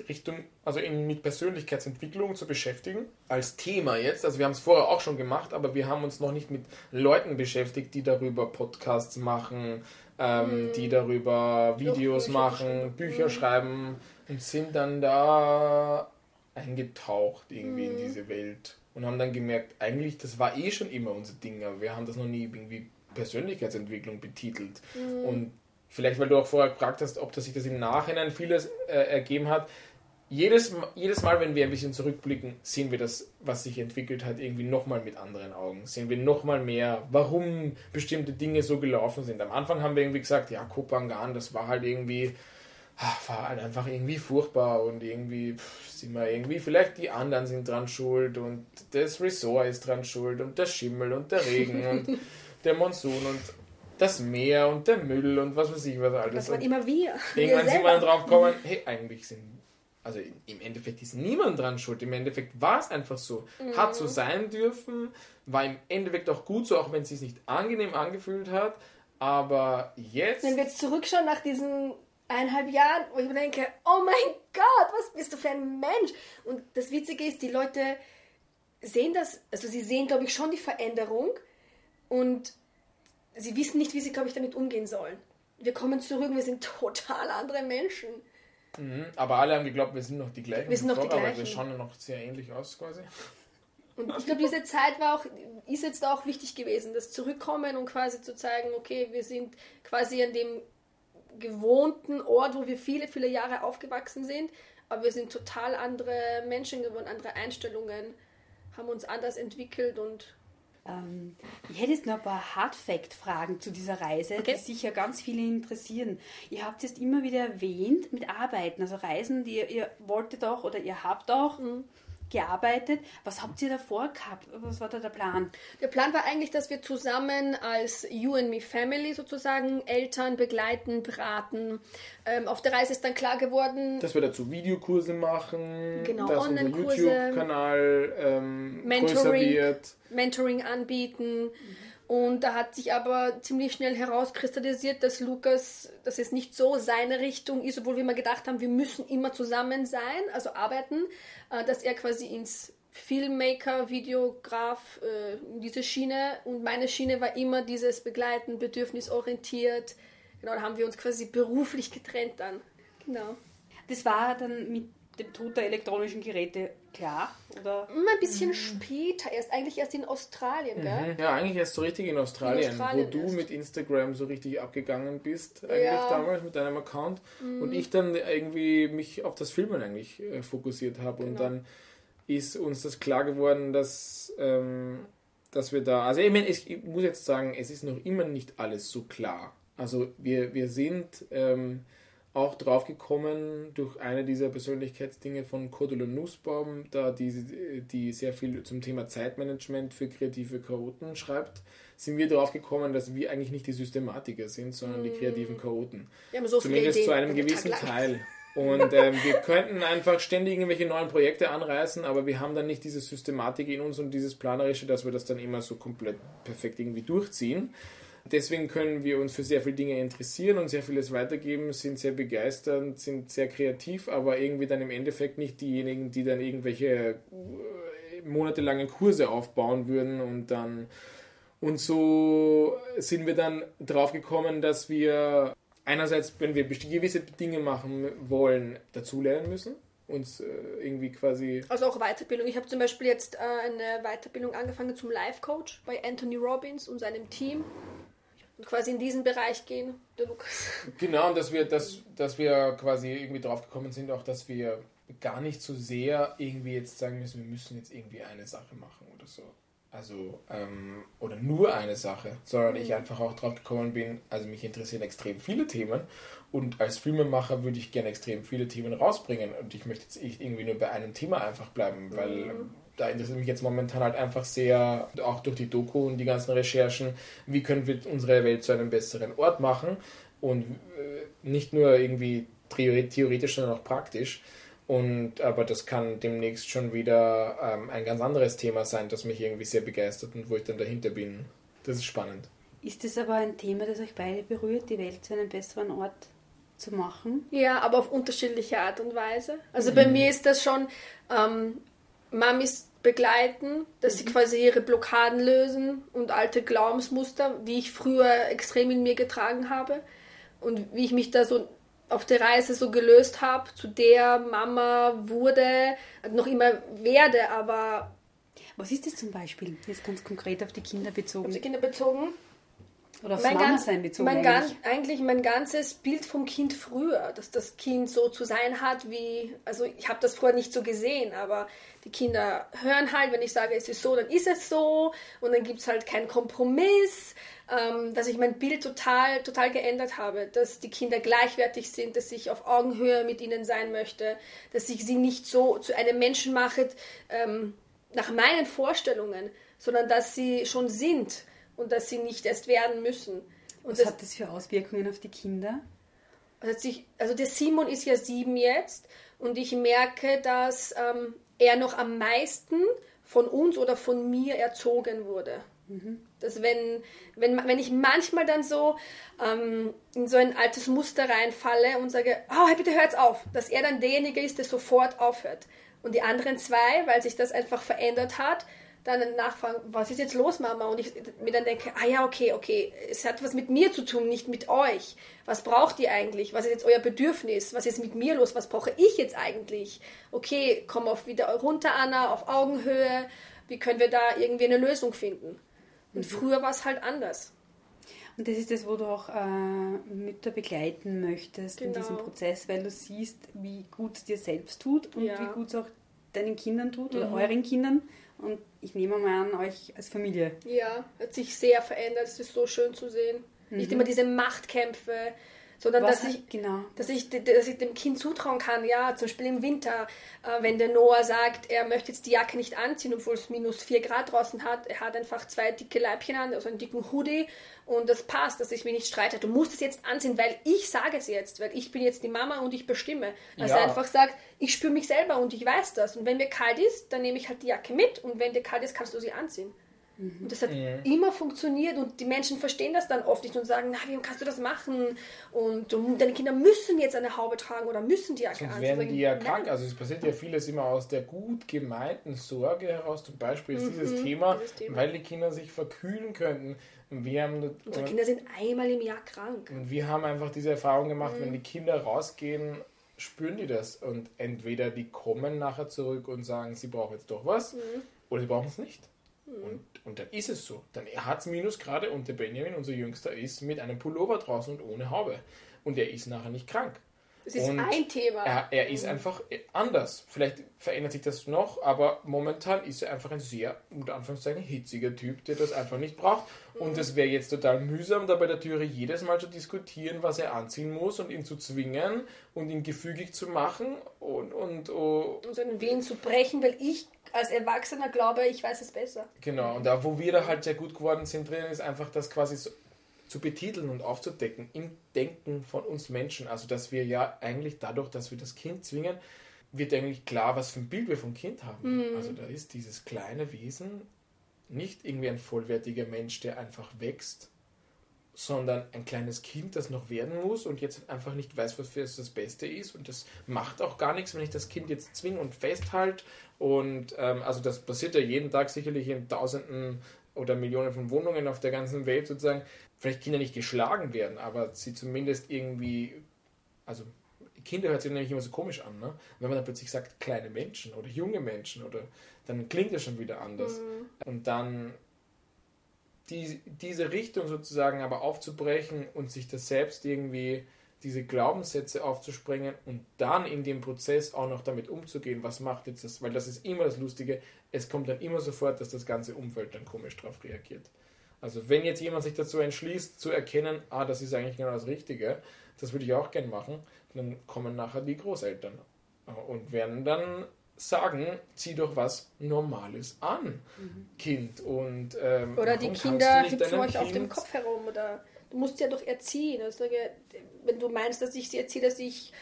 mit Persönlichkeitsentwicklung zu beschäftigen. Als Thema jetzt, also wir haben es vorher auch schon gemacht, aber wir haben uns noch nicht mit Leuten beschäftigt, die darüber Podcasts machen, die darüber Videos machen, Bücher schreiben und sind dann da eingetaucht irgendwie in diese Welt und haben dann gemerkt, eigentlich, das war schon immer unser Ding, aber wir haben das noch nie irgendwie Persönlichkeitsentwicklung betitelt. Und vielleicht, weil du auch vorher gefragt hast, ob sich das im Nachhinein vieles ergeben hat, jedes Mal, wenn wir ein bisschen zurückblicken, sehen wir das, was sich entwickelt hat, irgendwie nochmal mit anderen Augen. Sehen wir nochmal mehr, warum bestimmte Dinge so gelaufen sind. Am Anfang haben wir irgendwie gesagt, ja, Kopangan, das war halt irgendwie, war halt einfach irgendwie furchtbar und irgendwie sind wir irgendwie, vielleicht die anderen sind dran schuld und das Resort ist dran schuld und der Schimmel und der Regen und der Monsun und das Meer und der Müll und was weiß ich was alles. Das waren immer wir. Irgendwann sind wir dann drauf gekommen, hey, eigentlich also im Endeffekt ist niemand dran schuld. Im Endeffekt war es einfach so. Hat so sein dürfen, war im Endeffekt auch gut so, auch wenn es sich nicht angenehm angefühlt hat. Aber jetzt... Wenn wir jetzt zurückschauen nach diesen 1,5 Jahren, wo ich mir denke, oh mein Gott, was bist du für ein Mensch? Und das Witzige ist, die Leute sehen das, also sie sehen, glaube ich, schon die Veränderung und sie wissen nicht, wie sie, glaube ich, damit umgehen sollen. Wir kommen zurück, wir sind total andere Menschen. Aber alle haben geglaubt, wir sind noch die gleichen. Wir sind noch die gleichen. Aber wir schauen ja noch sehr ähnlich aus quasi. Und ich glaube, diese Zeit ist jetzt auch wichtig gewesen, das Zurückkommen und quasi zu zeigen, okay, wir sind quasi an dem gewohnten Ort, wo wir viele, viele Jahre aufgewachsen sind, aber wir sind total andere Menschen geworden, andere Einstellungen, haben uns anders entwickelt und... Ich hätte jetzt noch ein paar Hard-Fact-Fragen zu dieser Reise, die sicher ganz viele interessieren. Ihr habt es jetzt immer wieder erwähnt mit Arbeiten, also Reisen, die ihr wolltet auch oder ihr habt auch gearbeitet. Was habt ihr davor gehabt? Was war da der Plan? Der Plan war eigentlich, dass wir zusammen als You and Me Family sozusagen Eltern begleiten, beraten. Auf der Reise ist dann klar geworden, dass wir dazu Videokurse machen, genau, dass unser YouTube-Kanal größer wird. Mentoring anbieten. Und da hat sich aber ziemlich schnell herauskristallisiert, dass Lukas, dass es nicht so seine Richtung ist, obwohl wir immer gedacht haben, wir müssen immer zusammen sein, also arbeiten, dass er quasi ins Filmmaker, Videograf, diese Schiene, und meine Schiene war immer dieses Begleiten, bedürfnisorientiert. Genau, da haben wir uns quasi beruflich getrennt dann. Genau. Das war dann mit dem Tod der elektronischen Geräte klar, oder? Ein bisschen später, eigentlich erst in Australien, gell? Ja, eigentlich erst so richtig in Australien wo du mit Instagram so richtig abgegangen bist, eigentlich damals mit deinem Account und ich dann irgendwie mich auf das Filmen eigentlich fokussiert habe und dann ist uns das klar geworden, dass wir da, also ich meine, ich muss jetzt sagen, es ist noch immer nicht alles so klar. Also wir sind auch drauf gekommen durch eine dieser Persönlichkeitsdinge von Cordula Nussbaum, da die sehr viel zum Thema Zeitmanagement für kreative Chaoten schreibt, sind wir drauf gekommen, dass wir eigentlich nicht die Systematiker sind, sondern die kreativen Chaoten. Wir haben so zumindest viele Ideen zu einem gewissen Teil. Und wir könnten einfach ständig irgendwelche neuen Projekte anreißen, aber wir haben dann nicht diese Systematik in uns und dieses Planerische, dass wir das dann immer so komplett perfekt irgendwie durchziehen. Deswegen können wir uns für sehr viele Dinge interessieren und sehr vieles weitergeben, sind sehr begeisternd, sind sehr kreativ, aber irgendwie dann im Endeffekt nicht diejenigen, die dann irgendwelche monatelangen Kurse aufbauen würden und so sind wir dann drauf gekommen, dass wir einerseits, wenn wir gewisse Dinge machen wollen, dazulernen müssen. Uns irgendwie quasi... Also auch Weiterbildung. Ich habe zum Beispiel jetzt eine Weiterbildung angefangen zum Life-Coach bei Anthony Robbins und seinem Team. Und quasi in diesen Bereich gehen, der Lukas. Genau, und dass wir quasi irgendwie drauf gekommen sind, auch dass wir gar nicht so sehr irgendwie jetzt sagen müssen, wir müssen jetzt irgendwie eine Sache machen oder so. Also, oder nur eine Sache, sondern ich einfach auch drauf gekommen bin, also mich interessieren extrem viele Themen und als Filmemacher würde ich gerne extrem viele Themen rausbringen und ich möchte jetzt irgendwie nur bei einem Thema einfach bleiben, weil da interessiert mich jetzt momentan halt einfach sehr, auch durch die Doku und die ganzen Recherchen, wie können wir unsere Welt zu einem besseren Ort machen und nicht nur irgendwie theoretisch, sondern auch praktisch. Aber das kann demnächst schon wieder ein ganz anderes Thema sein, das mich irgendwie sehr begeistert und wo ich dann dahinter bin. Das ist spannend. Ist das aber ein Thema, das euch beide berührt, die Welt zu einem besseren Ort zu machen? Ja, aber auf unterschiedliche Art und Weise. Also bei mir ist das schon Mamis begleiten, dass sie quasi ihre Blockaden lösen und alte Glaubensmuster, die ich früher extrem in mir getragen habe und wie ich mich da so auf der Reise so gelöst habe, zu der Mama wurde, noch immer werde, aber... Was ist das zum Beispiel, jetzt ganz konkret auf die Kinder bezogen? Auf die Kinder bezogen? Oder aufs Mama-Sein bezogen eigentlich mein ganzes Bild vom Kind früher, dass das Kind so zu sein hat wie... Also ich habe das früher nicht so gesehen, aber die Kinder hören halt, wenn ich sage, es ist so, dann ist es so und dann gibt es halt keinen Kompromiss, dass ich mein Bild total geändert habe, dass die Kinder gleichwertig sind, dass ich auf Augenhöhe mit ihnen sein möchte, dass ich sie nicht so zu einem Menschen mache nach meinen Vorstellungen, sondern dass sie schon sind und dass sie nicht erst werden müssen. Und was hat das für Auswirkungen auf die Kinder? Also der Simon ist ja 7 jetzt und ich merke, dass er noch am meisten von uns oder von mir erzogen wurde. Dass wenn ich manchmal dann so in so ein altes Muster reinfalle und sage, oh, bitte hör jetzt auf, dass er dann derjenige ist, der sofort aufhört. Und die anderen 2, weil sich das einfach verändert hat, dann nachfragen, was ist jetzt los, Mama? Und ich mir dann denke, okay, es hat was mit mir zu tun, nicht mit euch. Was braucht ihr eigentlich? Was ist jetzt euer Bedürfnis? Was ist mit mir los? Was brauche ich jetzt eigentlich? Okay, komm wieder runter, Anna, auf Augenhöhe. Wie können wir da irgendwie eine Lösung finden? Und früher war es halt anders. Und das ist das, wo du auch Mütter begleiten möchtest in diesem Prozess, weil du siehst, wie gut es dir selbst tut und wie gut es auch deinen Kindern tut oder euren Kindern. Und ich nehme mal an, euch als Familie. Ja, hat sich sehr verändert. Es ist so schön zu sehen. Nicht immer diese Machtkämpfe, sondern dass ich dem Kind zutrauen kann, ja, zum Beispiel im Winter, wenn der Noah sagt, er möchte jetzt die Jacke nicht anziehen, obwohl es -4 Grad draußen hat, er hat einfach 2 dicke Leibchen an, also einen dicken Hoodie und das passt, dass ich mich nicht streite. Du musst es jetzt anziehen, weil ich sage es jetzt, weil ich bin jetzt die Mama und ich bestimme. Also er einfach sagt, ich spüre mich selber und ich weiß das und wenn mir kalt ist, dann nehme ich halt die Jacke mit und wenn dir kalt ist, kannst du sie anziehen. Und das hat immer funktioniert und die Menschen verstehen das dann oft nicht und sagen, na, wie kannst du das machen? Und deine Kinder müssen jetzt eine Haube tragen oder müssen die Jacke anziehen. Sonst werden die ja krank. Also es passiert ja vieles immer aus der gut gemeinten Sorge heraus. Zum Beispiel ist dieses Thema, weil die Kinder sich verkühlen könnten. Unsere Kinder sind einmal im Jahr krank. Und wir haben einfach diese Erfahrung gemacht, wenn die Kinder rausgehen, spüren die das. Und entweder die kommen nachher zurück und sagen, sie brauchen jetzt doch was, oder sie brauchen es nicht. Und dann ist es so. Dann hat es Minusgrade und der Benjamin, unser Jüngster, ist mit einem Pullover draußen und ohne Haube. Und er ist nachher nicht krank. Das ist ein Thema. Er ist einfach anders. Vielleicht verändert sich das noch, aber momentan ist er einfach ein sehr, unter Anführungszeichen, hitziger Typ, der das einfach nicht braucht. Und es wäre jetzt total mühsam, da bei der Türe jedes Mal zu diskutieren, was er anziehen muss und ihn zu zwingen und ihn gefügig zu machen und seinen Willen zu brechen, weil ich als Erwachsener glaube, ich weiß es besser. Genau, und da, wo wir da halt sehr gut geworden sind drin, ist einfach das quasi so zu betiteln und aufzudecken im Denken von uns Menschen. Also, dass wir ja eigentlich dadurch, dass wir das Kind zwingen, wird eigentlich klar, was für ein Bild wir vom Kind haben. Also, da ist dieses kleine Wesen nicht irgendwie ein vollwertiger Mensch, der einfach wächst, sondern ein kleines Kind, das noch werden muss und jetzt einfach nicht weiß, was für es das Beste ist. Und das macht auch gar nichts, wenn ich das Kind jetzt zwinge und festhalte. Und also das passiert ja jeden Tag sicherlich in Tausenden oder Millionen von Wohnungen auf der ganzen Welt sozusagen. Vielleicht Kinder nicht geschlagen werden, aber sie zumindest irgendwie, also Kinder hört sich nämlich immer so komisch an, ne? Wenn man dann plötzlich sagt, kleine Menschen oder junge Menschen, oder dann klingt das schon wieder anders. Und dann diese Richtung sozusagen aber aufzubrechen und sich das selbst irgendwie diese Glaubenssätze aufzusprengen und dann in dem Prozess auch noch damit umzugehen, was macht jetzt das, weil das ist immer das Lustige, es kommt dann immer sofort, dass das ganze Umfeld dann komisch drauf reagiert. Also wenn jetzt jemand sich dazu entschließt, zu erkennen, das ist eigentlich genau das Richtige, das würde ich auch gern machen, dann kommen nachher die Großeltern und werden dann sagen, zieh doch was Normales an, Kind. Und, oder die Kinder hüpfen euch auf dem Kopf herum oder du musst ja doch erziehen. Also, wenn du meinst, dass ich sie erziehe, dass ich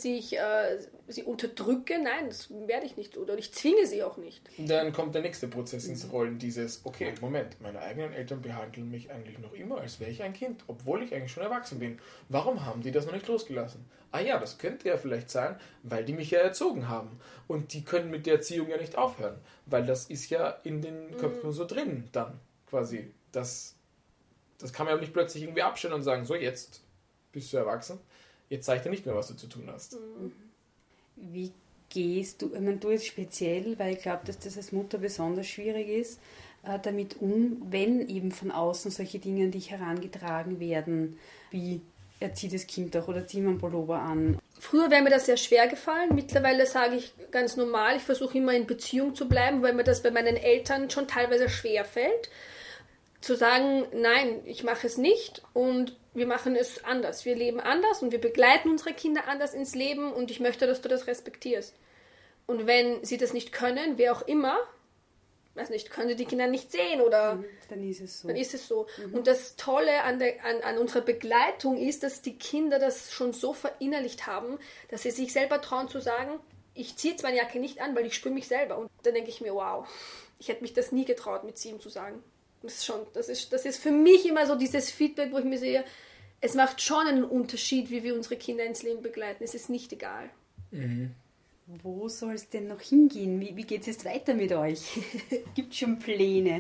sie unterdrücke, nein, das werde ich nicht. Oder ich zwinge sie auch nicht. Dann kommt der nächste Prozess ins Rollen, dieses, okay, Moment, meine eigenen Eltern behandeln mich eigentlich noch immer, als wäre ich ein Kind, obwohl ich eigentlich schon erwachsen bin. Warum haben die das noch nicht losgelassen? Ja, das könnte ja vielleicht sein, weil die mich ja erzogen haben. Und die können mit der Erziehung ja nicht aufhören, weil das ist ja in den Köpfen so drin dann quasi. Das kann man ja nicht plötzlich irgendwie abstellen und sagen, so jetzt bist du erwachsen, jetzt zeig dir nicht mehr, was du zu tun hast. Wie gehst du, ich meine, du jetzt speziell, weil ich glaube, dass das als Mutter besonders schwierig ist, damit wenn eben von außen solche Dinge an dich herangetragen werden, wie erzieh das Kind doch oder zieh mir einen Pullover an. Früher wäre mir das sehr schwer gefallen, mittlerweile sage ich ganz normal, ich versuche immer in Beziehung zu bleiben, weil mir das bei meinen Eltern schon teilweise schwer fällt. Zu sagen, nein, ich mache es nicht und wir machen es anders. Wir leben anders und wir begleiten unsere Kinder anders ins Leben und ich möchte, dass du das respektierst. Und wenn sie das nicht können, wer auch immer, weiß nicht, können sie die Kinder nicht sehen oder... Dann ist es so. Dann ist es so. Und das Tolle an unserer Begleitung ist, dass die Kinder das schon so verinnerlicht haben, dass sie sich selber trauen zu sagen, ich ziehe jetzt meine Jacke nicht an, weil ich spüre mich selber. Und dann denke ich mir, wow, ich hätte mich das nie getraut, mit 7 zu sagen. Das ist für mich immer so dieses Feedback, wo ich mir sehe, es macht schon einen Unterschied, wie wir unsere Kinder ins Leben begleiten. Es ist nicht egal. Wo soll es denn noch hingehen? Wie geht es jetzt weiter mit euch? Gibt es schon Pläne?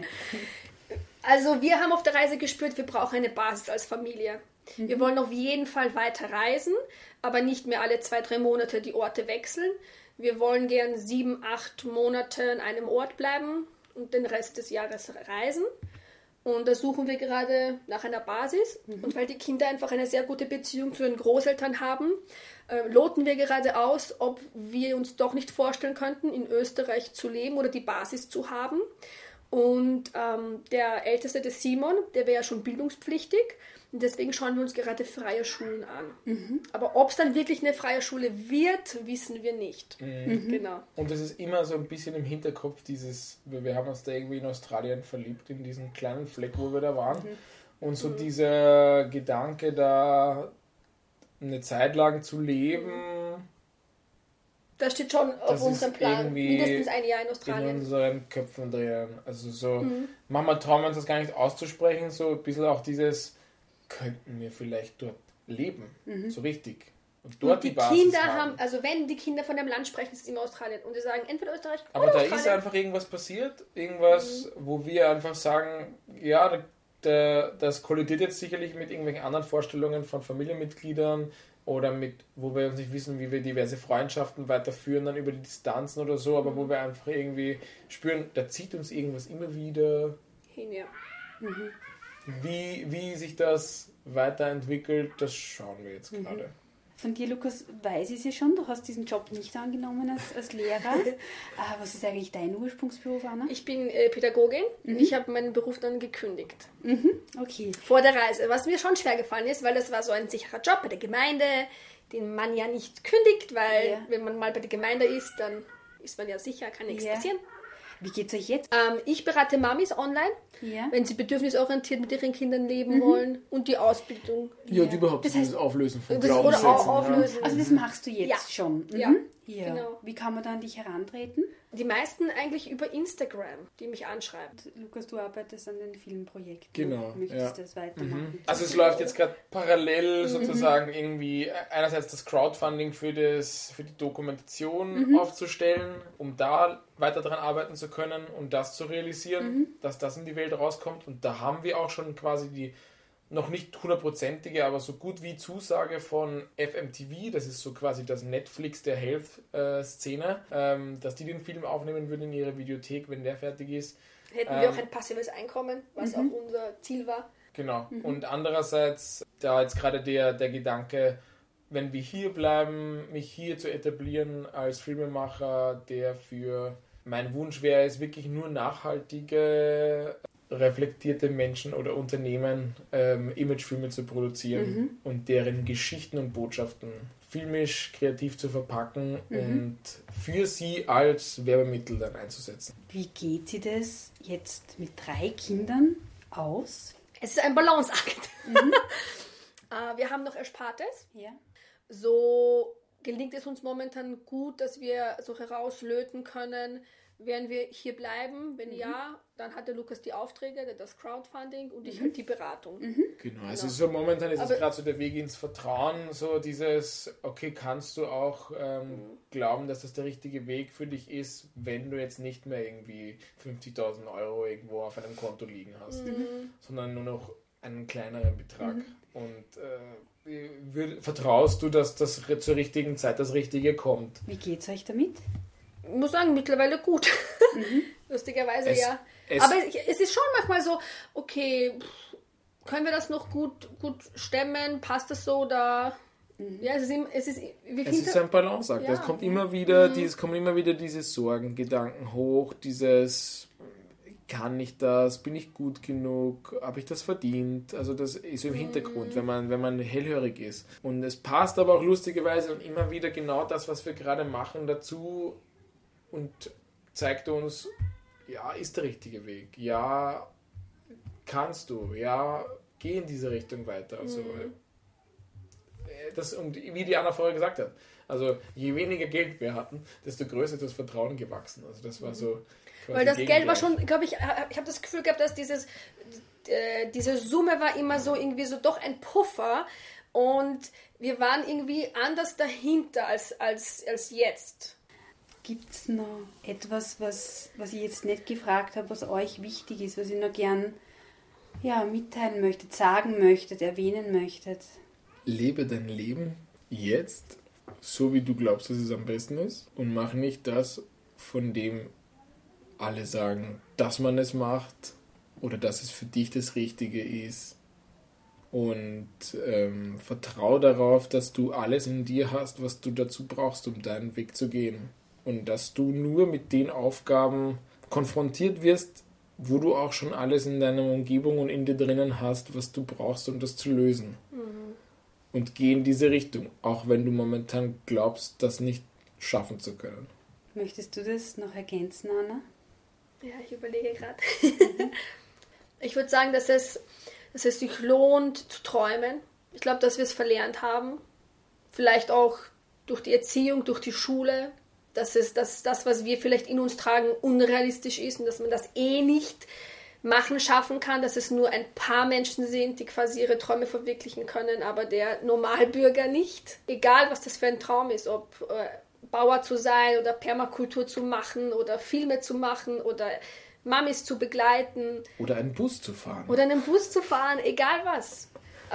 Also wir haben auf der Reise gespürt, wir brauchen eine Basis als Familie. Wir wollen auf jeden Fall weiter reisen, aber nicht mehr alle 2-3 Monate die Orte wechseln. Wir wollen gern 7-8 Monate an einem Ort bleiben und den Rest des Jahres reisen. Und da suchen wir gerade nach einer Basis. Und weil die Kinder einfach eine sehr gute Beziehung zu den Großeltern haben, loten wir gerade aus, ob wir uns doch nicht vorstellen könnten, in Österreich zu leben oder die Basis zu haben. Und der Älteste, der Simon, der wäre ja schon bildungspflichtig. Und deswegen schauen wir uns gerade freie Schulen an. Aber ob es dann wirklich eine freie Schule wird, wissen wir nicht. Genau. Und es ist immer so ein bisschen im Hinterkopf wir haben uns da irgendwie in Australien verliebt, in diesen kleinen Fleck, wo wir da waren. Und so dieser Gedanke, da eine Zeit lang zu leben, das steht schon auf unserem Plan. Mindestens ein Jahr in Australien. In unseren Köpfen drehen. Also so, manchmal trauen wir uns das gar nicht auszusprechen, so ein bisschen auch dieses, könnten wir vielleicht dort leben, so richtig. Und dort und die Basis Kinder haben, also wenn die Kinder von dem Land sprechen, ist es immer Australien. Und sie sagen entweder Österreich oder Australien. Aber da ist einfach irgendwas passiert, wo wir einfach sagen, ja, das kollidiert jetzt sicherlich mit irgendwelchen anderen Vorstellungen von Familienmitgliedern oder wo wir uns nicht wissen, wie wir diverse Freundschaften weiterführen, dann über die Distanzen oder so, aber wo wir einfach irgendwie spüren, da zieht uns irgendwas immer wieder hin, ja. Wie sich das weiterentwickelt, das schauen wir jetzt gerade. Von dir, Lukas, weiß ich es ja schon, du hast diesen Job nicht angenommen als Lehrer. Was ist eigentlich dein Ursprungsberuf, Anna? Ich bin Pädagogin. Ich habe meinen Beruf dann gekündigt. Okay. Vor der Reise. Was mir schon schwer gefallen ist, weil das war so ein sicherer Job bei der Gemeinde, den man ja nicht kündigt, weil wenn man mal bei der Gemeinde ist, dann ist man ja sicher, kann nichts passieren. Wie geht's euch jetzt? Ich berate Mamis online, wenn sie bedürfnisorientiert mit ihren Kindern leben wollen und die Ausbildung. Ja, und überhaupt das Auflösen von Glaubenssätzen. Oder auflösen. Also das machst du jetzt schon? Ja. Genau. Wie kann man da an dich herantreten? Die meisten eigentlich über Instagram, die mich anschreiben. Lukas, du arbeitest an den vielen Projekten. Genau. Möchtest das weitermachen? Also es läuft jetzt gerade parallel sozusagen irgendwie einerseits das Crowdfunding für die Dokumentation aufzustellen, um da weiter daran arbeiten zu können und das zu realisieren, dass das in die Welt rauskommt. Und da haben wir auch schon quasi die noch nicht 100%ige, aber so gut wie Zusage von FMTV, das ist so quasi das Netflix der Health-Szene, dass die den Film aufnehmen würden in ihre Videothek, wenn der fertig ist. Hätten wir auch ein passives Einkommen, was auch unser Ziel war. Genau. Und andererseits, da jetzt gerade der Gedanke, wenn wir hier bleiben, mich hier zu etablieren als Filmemacher, der für mein Wunsch wäre es wirklich nur nachhaltige, reflektierte Menschen oder Unternehmen Imagefilme zu produzieren und deren Geschichten und Botschaften filmisch, kreativ zu verpacken und für sie als Werbemittel dann einzusetzen. Wie geht sie das jetzt mit 3 Kindern aus? Es ist ein Balanceakt. Wir haben noch Erspartes. Ja. So gelingt es uns momentan gut, dass wir so herauslöten können, werden wir hier bleiben. Wenn ja, dann hat der Lukas die Aufträge, das Crowdfunding und ich halt die Beratung. Genau, also so momentan ist es gerade so der Weg ins Vertrauen, so dieses, okay, kannst du auch glauben, dass das der richtige Weg für dich ist, wenn du jetzt nicht mehr irgendwie 50.000 Euro irgendwo auf einem Konto liegen hast, sondern nur noch einen kleineren Betrag. Und vertraust du, dass das zur richtigen Zeit das Richtige kommt? Wie geht's euch damit? Ich muss sagen, mittlerweile gut. Lustigerweise, ja. Aber es ist schon manchmal so, okay, können wir das noch gut stemmen? Passt das so? Oder? Ja, es ist ein Balanceakt. Ja. Es kommt immer wieder, kommen immer wieder diese Sorgengedanken hoch, dieses kann ich das, bin ich gut genug, habe ich das verdient? Also das ist so im Hintergrund, wenn man hellhörig ist. Und es passt aber auch lustigerweise und immer wieder genau das, was wir gerade machen, dazu und zeigt uns, ja, ist der richtige Weg. Ja, kannst du. Ja, geh in diese Richtung weiter. Also, und wie die Anna vorher gesagt hat, also je weniger Geld wir hatten, desto größer ist das Vertrauen gewachsen. Also das war so... Weil das Geld war schon, glaube ich habe das Gefühl gehabt, dass diese Summe war immer so irgendwie so doch ein Puffer und wir waren irgendwie anders dahinter als jetzt. Gibt es noch etwas, was ich jetzt nicht gefragt habe, was euch wichtig ist, was ihr noch gern mitteilen möchtet, sagen möchtet, erwähnen möchtet? Lebe dein Leben jetzt, so wie du glaubst, dass es am besten ist und mach nicht das, von dem alle sagen, dass man es macht oder dass es für dich das Richtige ist. Und vertrau darauf, dass du alles in dir hast, was du dazu brauchst, um deinen Weg zu gehen. Und dass du nur mit den Aufgaben konfrontiert wirst, wo du auch schon alles in deiner Umgebung und in dir drinnen hast, was du brauchst, um das zu lösen. Und geh in diese Richtung, auch wenn du momentan glaubst, das nicht schaffen zu können. Möchtest du das noch ergänzen, Anna? Ja, ich überlege gerade. Ich würde sagen, dass es sich lohnt zu träumen. Ich glaube, dass wir es verlernt haben. Vielleicht auch durch die Erziehung, durch die Schule. Dass das, was wir vielleicht in uns tragen, unrealistisch ist und dass man das nicht schaffen kann, dass es nur ein paar Menschen sind, die quasi ihre Träume verwirklichen können, aber der Normalbürger nicht. Egal, was das für ein Traum ist, ob Bauer zu sein oder Permakultur zu machen oder Filme zu machen oder Mamis zu begleiten. Oder einen Bus zu fahren. Egal was.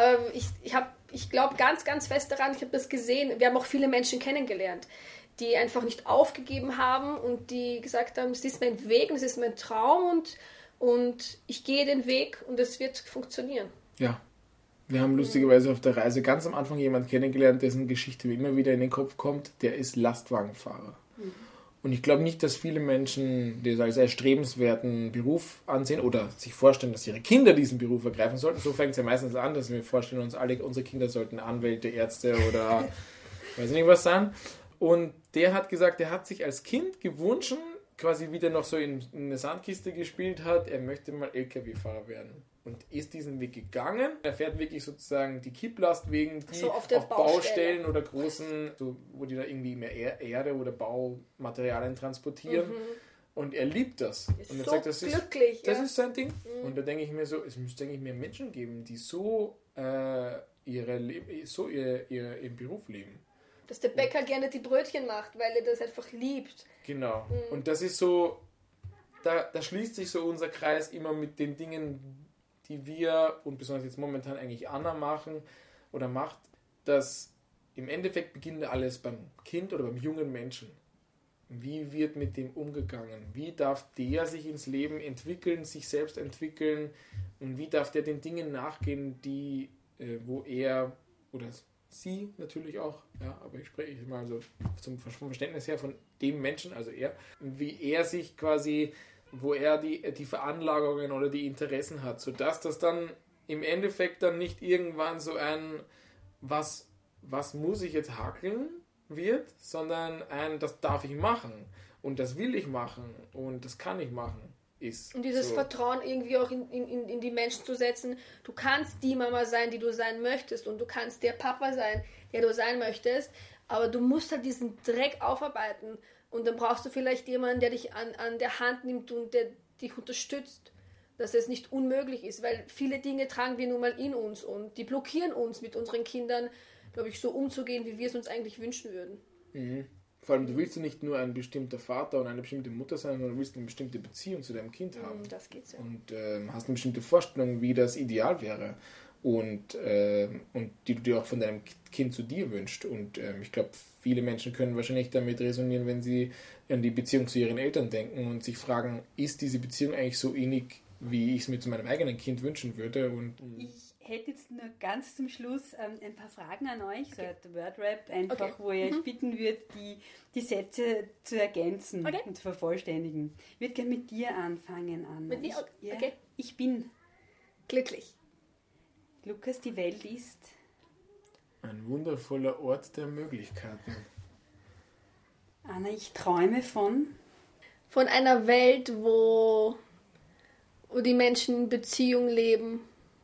Ich glaube ganz, ganz fest daran, ich habe das gesehen, wir haben auch viele Menschen kennengelernt, die einfach nicht aufgegeben haben und die gesagt haben, es ist mein Weg und es ist mein Traum und ich gehe den Weg und es wird funktionieren. Ja, wir haben lustigerweise auf der Reise ganz am Anfang jemanden kennengelernt, dessen Geschichte mir immer wieder in den Kopf kommt, der ist Lastwagenfahrer. Und ich glaube nicht, dass viele Menschen das als erstrebenswerten Beruf ansehen oder sich vorstellen, dass ihre Kinder diesen Beruf ergreifen sollten. So fängt es ja meistens an, dass wir vorstellen uns alle, unsere Kinder sollten Anwälte, Ärzte oder weiß nicht was sein. Und der hat gesagt, er hat sich als Kind gewünscht, quasi wieder noch so in eine Sandkiste gespielt hat, er möchte mal LKW-Fahrer werden. Und ist diesen Weg gegangen. Er fährt wirklich sozusagen die Kipplastwegen, die so auf Baustellen oder großen, so, wo die da irgendwie mehr Erde oder Baumaterialien transportieren. Und er liebt das. Ist und er so sagt, das glücklich. Das ist sein Ding. Und da denke ich mir so, es müsste eigentlich mehr Menschen geben, die so ihren Beruf leben. Dass der Bäcker gerne die Brötchen macht, weil er das einfach liebt. Genau. Und das ist so, da schließt sich so unser Kreis immer mit den Dingen, die wir und besonders jetzt momentan eigentlich Anna machen oder macht, dass im Endeffekt beginnt alles beim Kind oder beim jungen Menschen. Wie wird mit dem umgegangen? Wie darf der sich ins Leben entwickeln, sich selbst entwickeln und wie darf der den Dingen nachgehen, die, wo er oder sie natürlich auch, ja, aber ich spreche mal so vom Verständnis her von dem Menschen, also er, wie er sich quasi, wo er die Veranlagungen oder die Interessen hat, sodass das dann im Endeffekt dann nicht irgendwann so ein, was muss ich jetzt hackeln wird, sondern ein, das darf ich machen und das will ich machen und das kann ich machen. Ist und dieses so. Vertrauen irgendwie auch in die Menschen zu setzen. Du kannst die Mama sein, die du sein möchtest und du kannst der Papa sein, der du sein möchtest, aber du musst halt diesen Dreck aufarbeiten und dann brauchst du vielleicht jemanden, der dich an der Hand nimmt und der dich unterstützt, dass es nicht unmöglich ist, weil viele Dinge tragen wir nun mal in uns und die blockieren uns, mit unseren Kindern, glaube ich, so umzugehen, wie wir es uns eigentlich wünschen würden. Mhm. Vor allem, du willst ja nicht nur ein bestimmter Vater und eine bestimmte Mutter sein, sondern du willst eine bestimmte Beziehung zu deinem Kind haben. Das geht's ja. Und hast eine bestimmte Vorstellung, wie das ideal wäre. Und die du dir auch von deinem Kind zu dir wünschst. Und ich glaube, viele Menschen können wahrscheinlich damit resonieren, wenn sie an die Beziehung zu ihren Eltern denken und sich fragen, ist diese Beziehung eigentlich so innig, wie ich es mir zu meinem eigenen Kind wünschen würde? Und ich hätte jetzt nur ganz zum Schluss ein paar Fragen an euch, so ein Word-Rap, einfach, wo ich euch bitten würde, die Sätze zu ergänzen und zu vervollständigen. Ich würde gerne mit dir anfangen, Anna. Mit dir? Okay. Ich bin glücklich. Lukas, die Welt ist ein wundervoller Ort der Möglichkeiten. Anna, ich träume von einer Welt, wo die Menschen in Beziehung leben,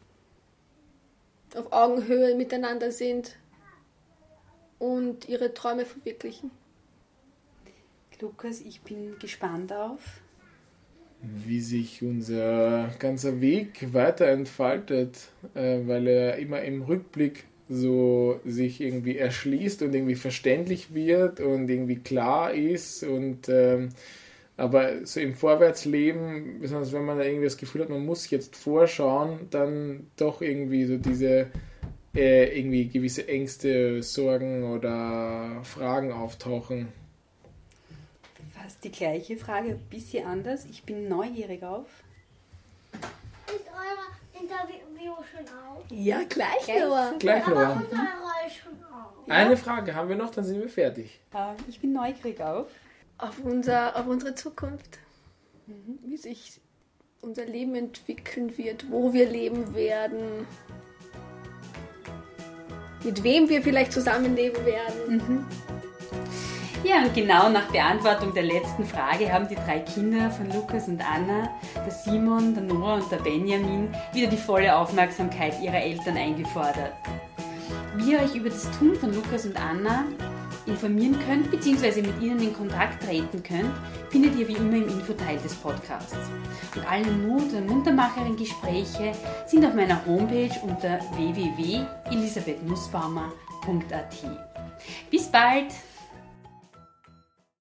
auf Augenhöhe miteinander sind und ihre Träume verwirklichen. Lukas, ich bin gespannt auf wie sich unser ganzer Weg weiter entfaltet, weil er immer im Rückblick so sich irgendwie erschließt und irgendwie verständlich wird und irgendwie klar ist und aber so im Vorwärtsleben, besonders wenn man da irgendwie das Gefühl hat, man muss jetzt vorschauen, dann doch irgendwie so diese irgendwie gewisse Ängste, Sorgen oder Fragen auftauchen. Fast die gleiche Frage, ein bisschen anders. Ich bin neugierig auf. Ist euer Interview schon auf? Ja, gleich Noah. Gleich Aber Noah. unsere ist schon auf. Eine Frage haben wir noch, dann sind wir fertig. Ich bin neugierig auf unsere Zukunft. Wie sich unser Leben entwickeln wird, wo wir leben werden, mit wem wir vielleicht zusammenleben werden. Ja, und genau nach Beantwortung der letzten Frage haben die 3 Kinder von Lukas und Anna, der Simon, der Noah und der Benjamin, wieder die volle Aufmerksamkeit ihrer Eltern eingefordert. Wie ihr euch über das Tun von Lukas und Anna informieren könnt, bzw. mit ihnen in Kontakt treten könnt, findet ihr wie immer im Infoteil des Podcasts. Und alle Mut- und muntermacheren Gespräche sind auf meiner Homepage unter www.elisabethnussbaumer.at. Bis bald!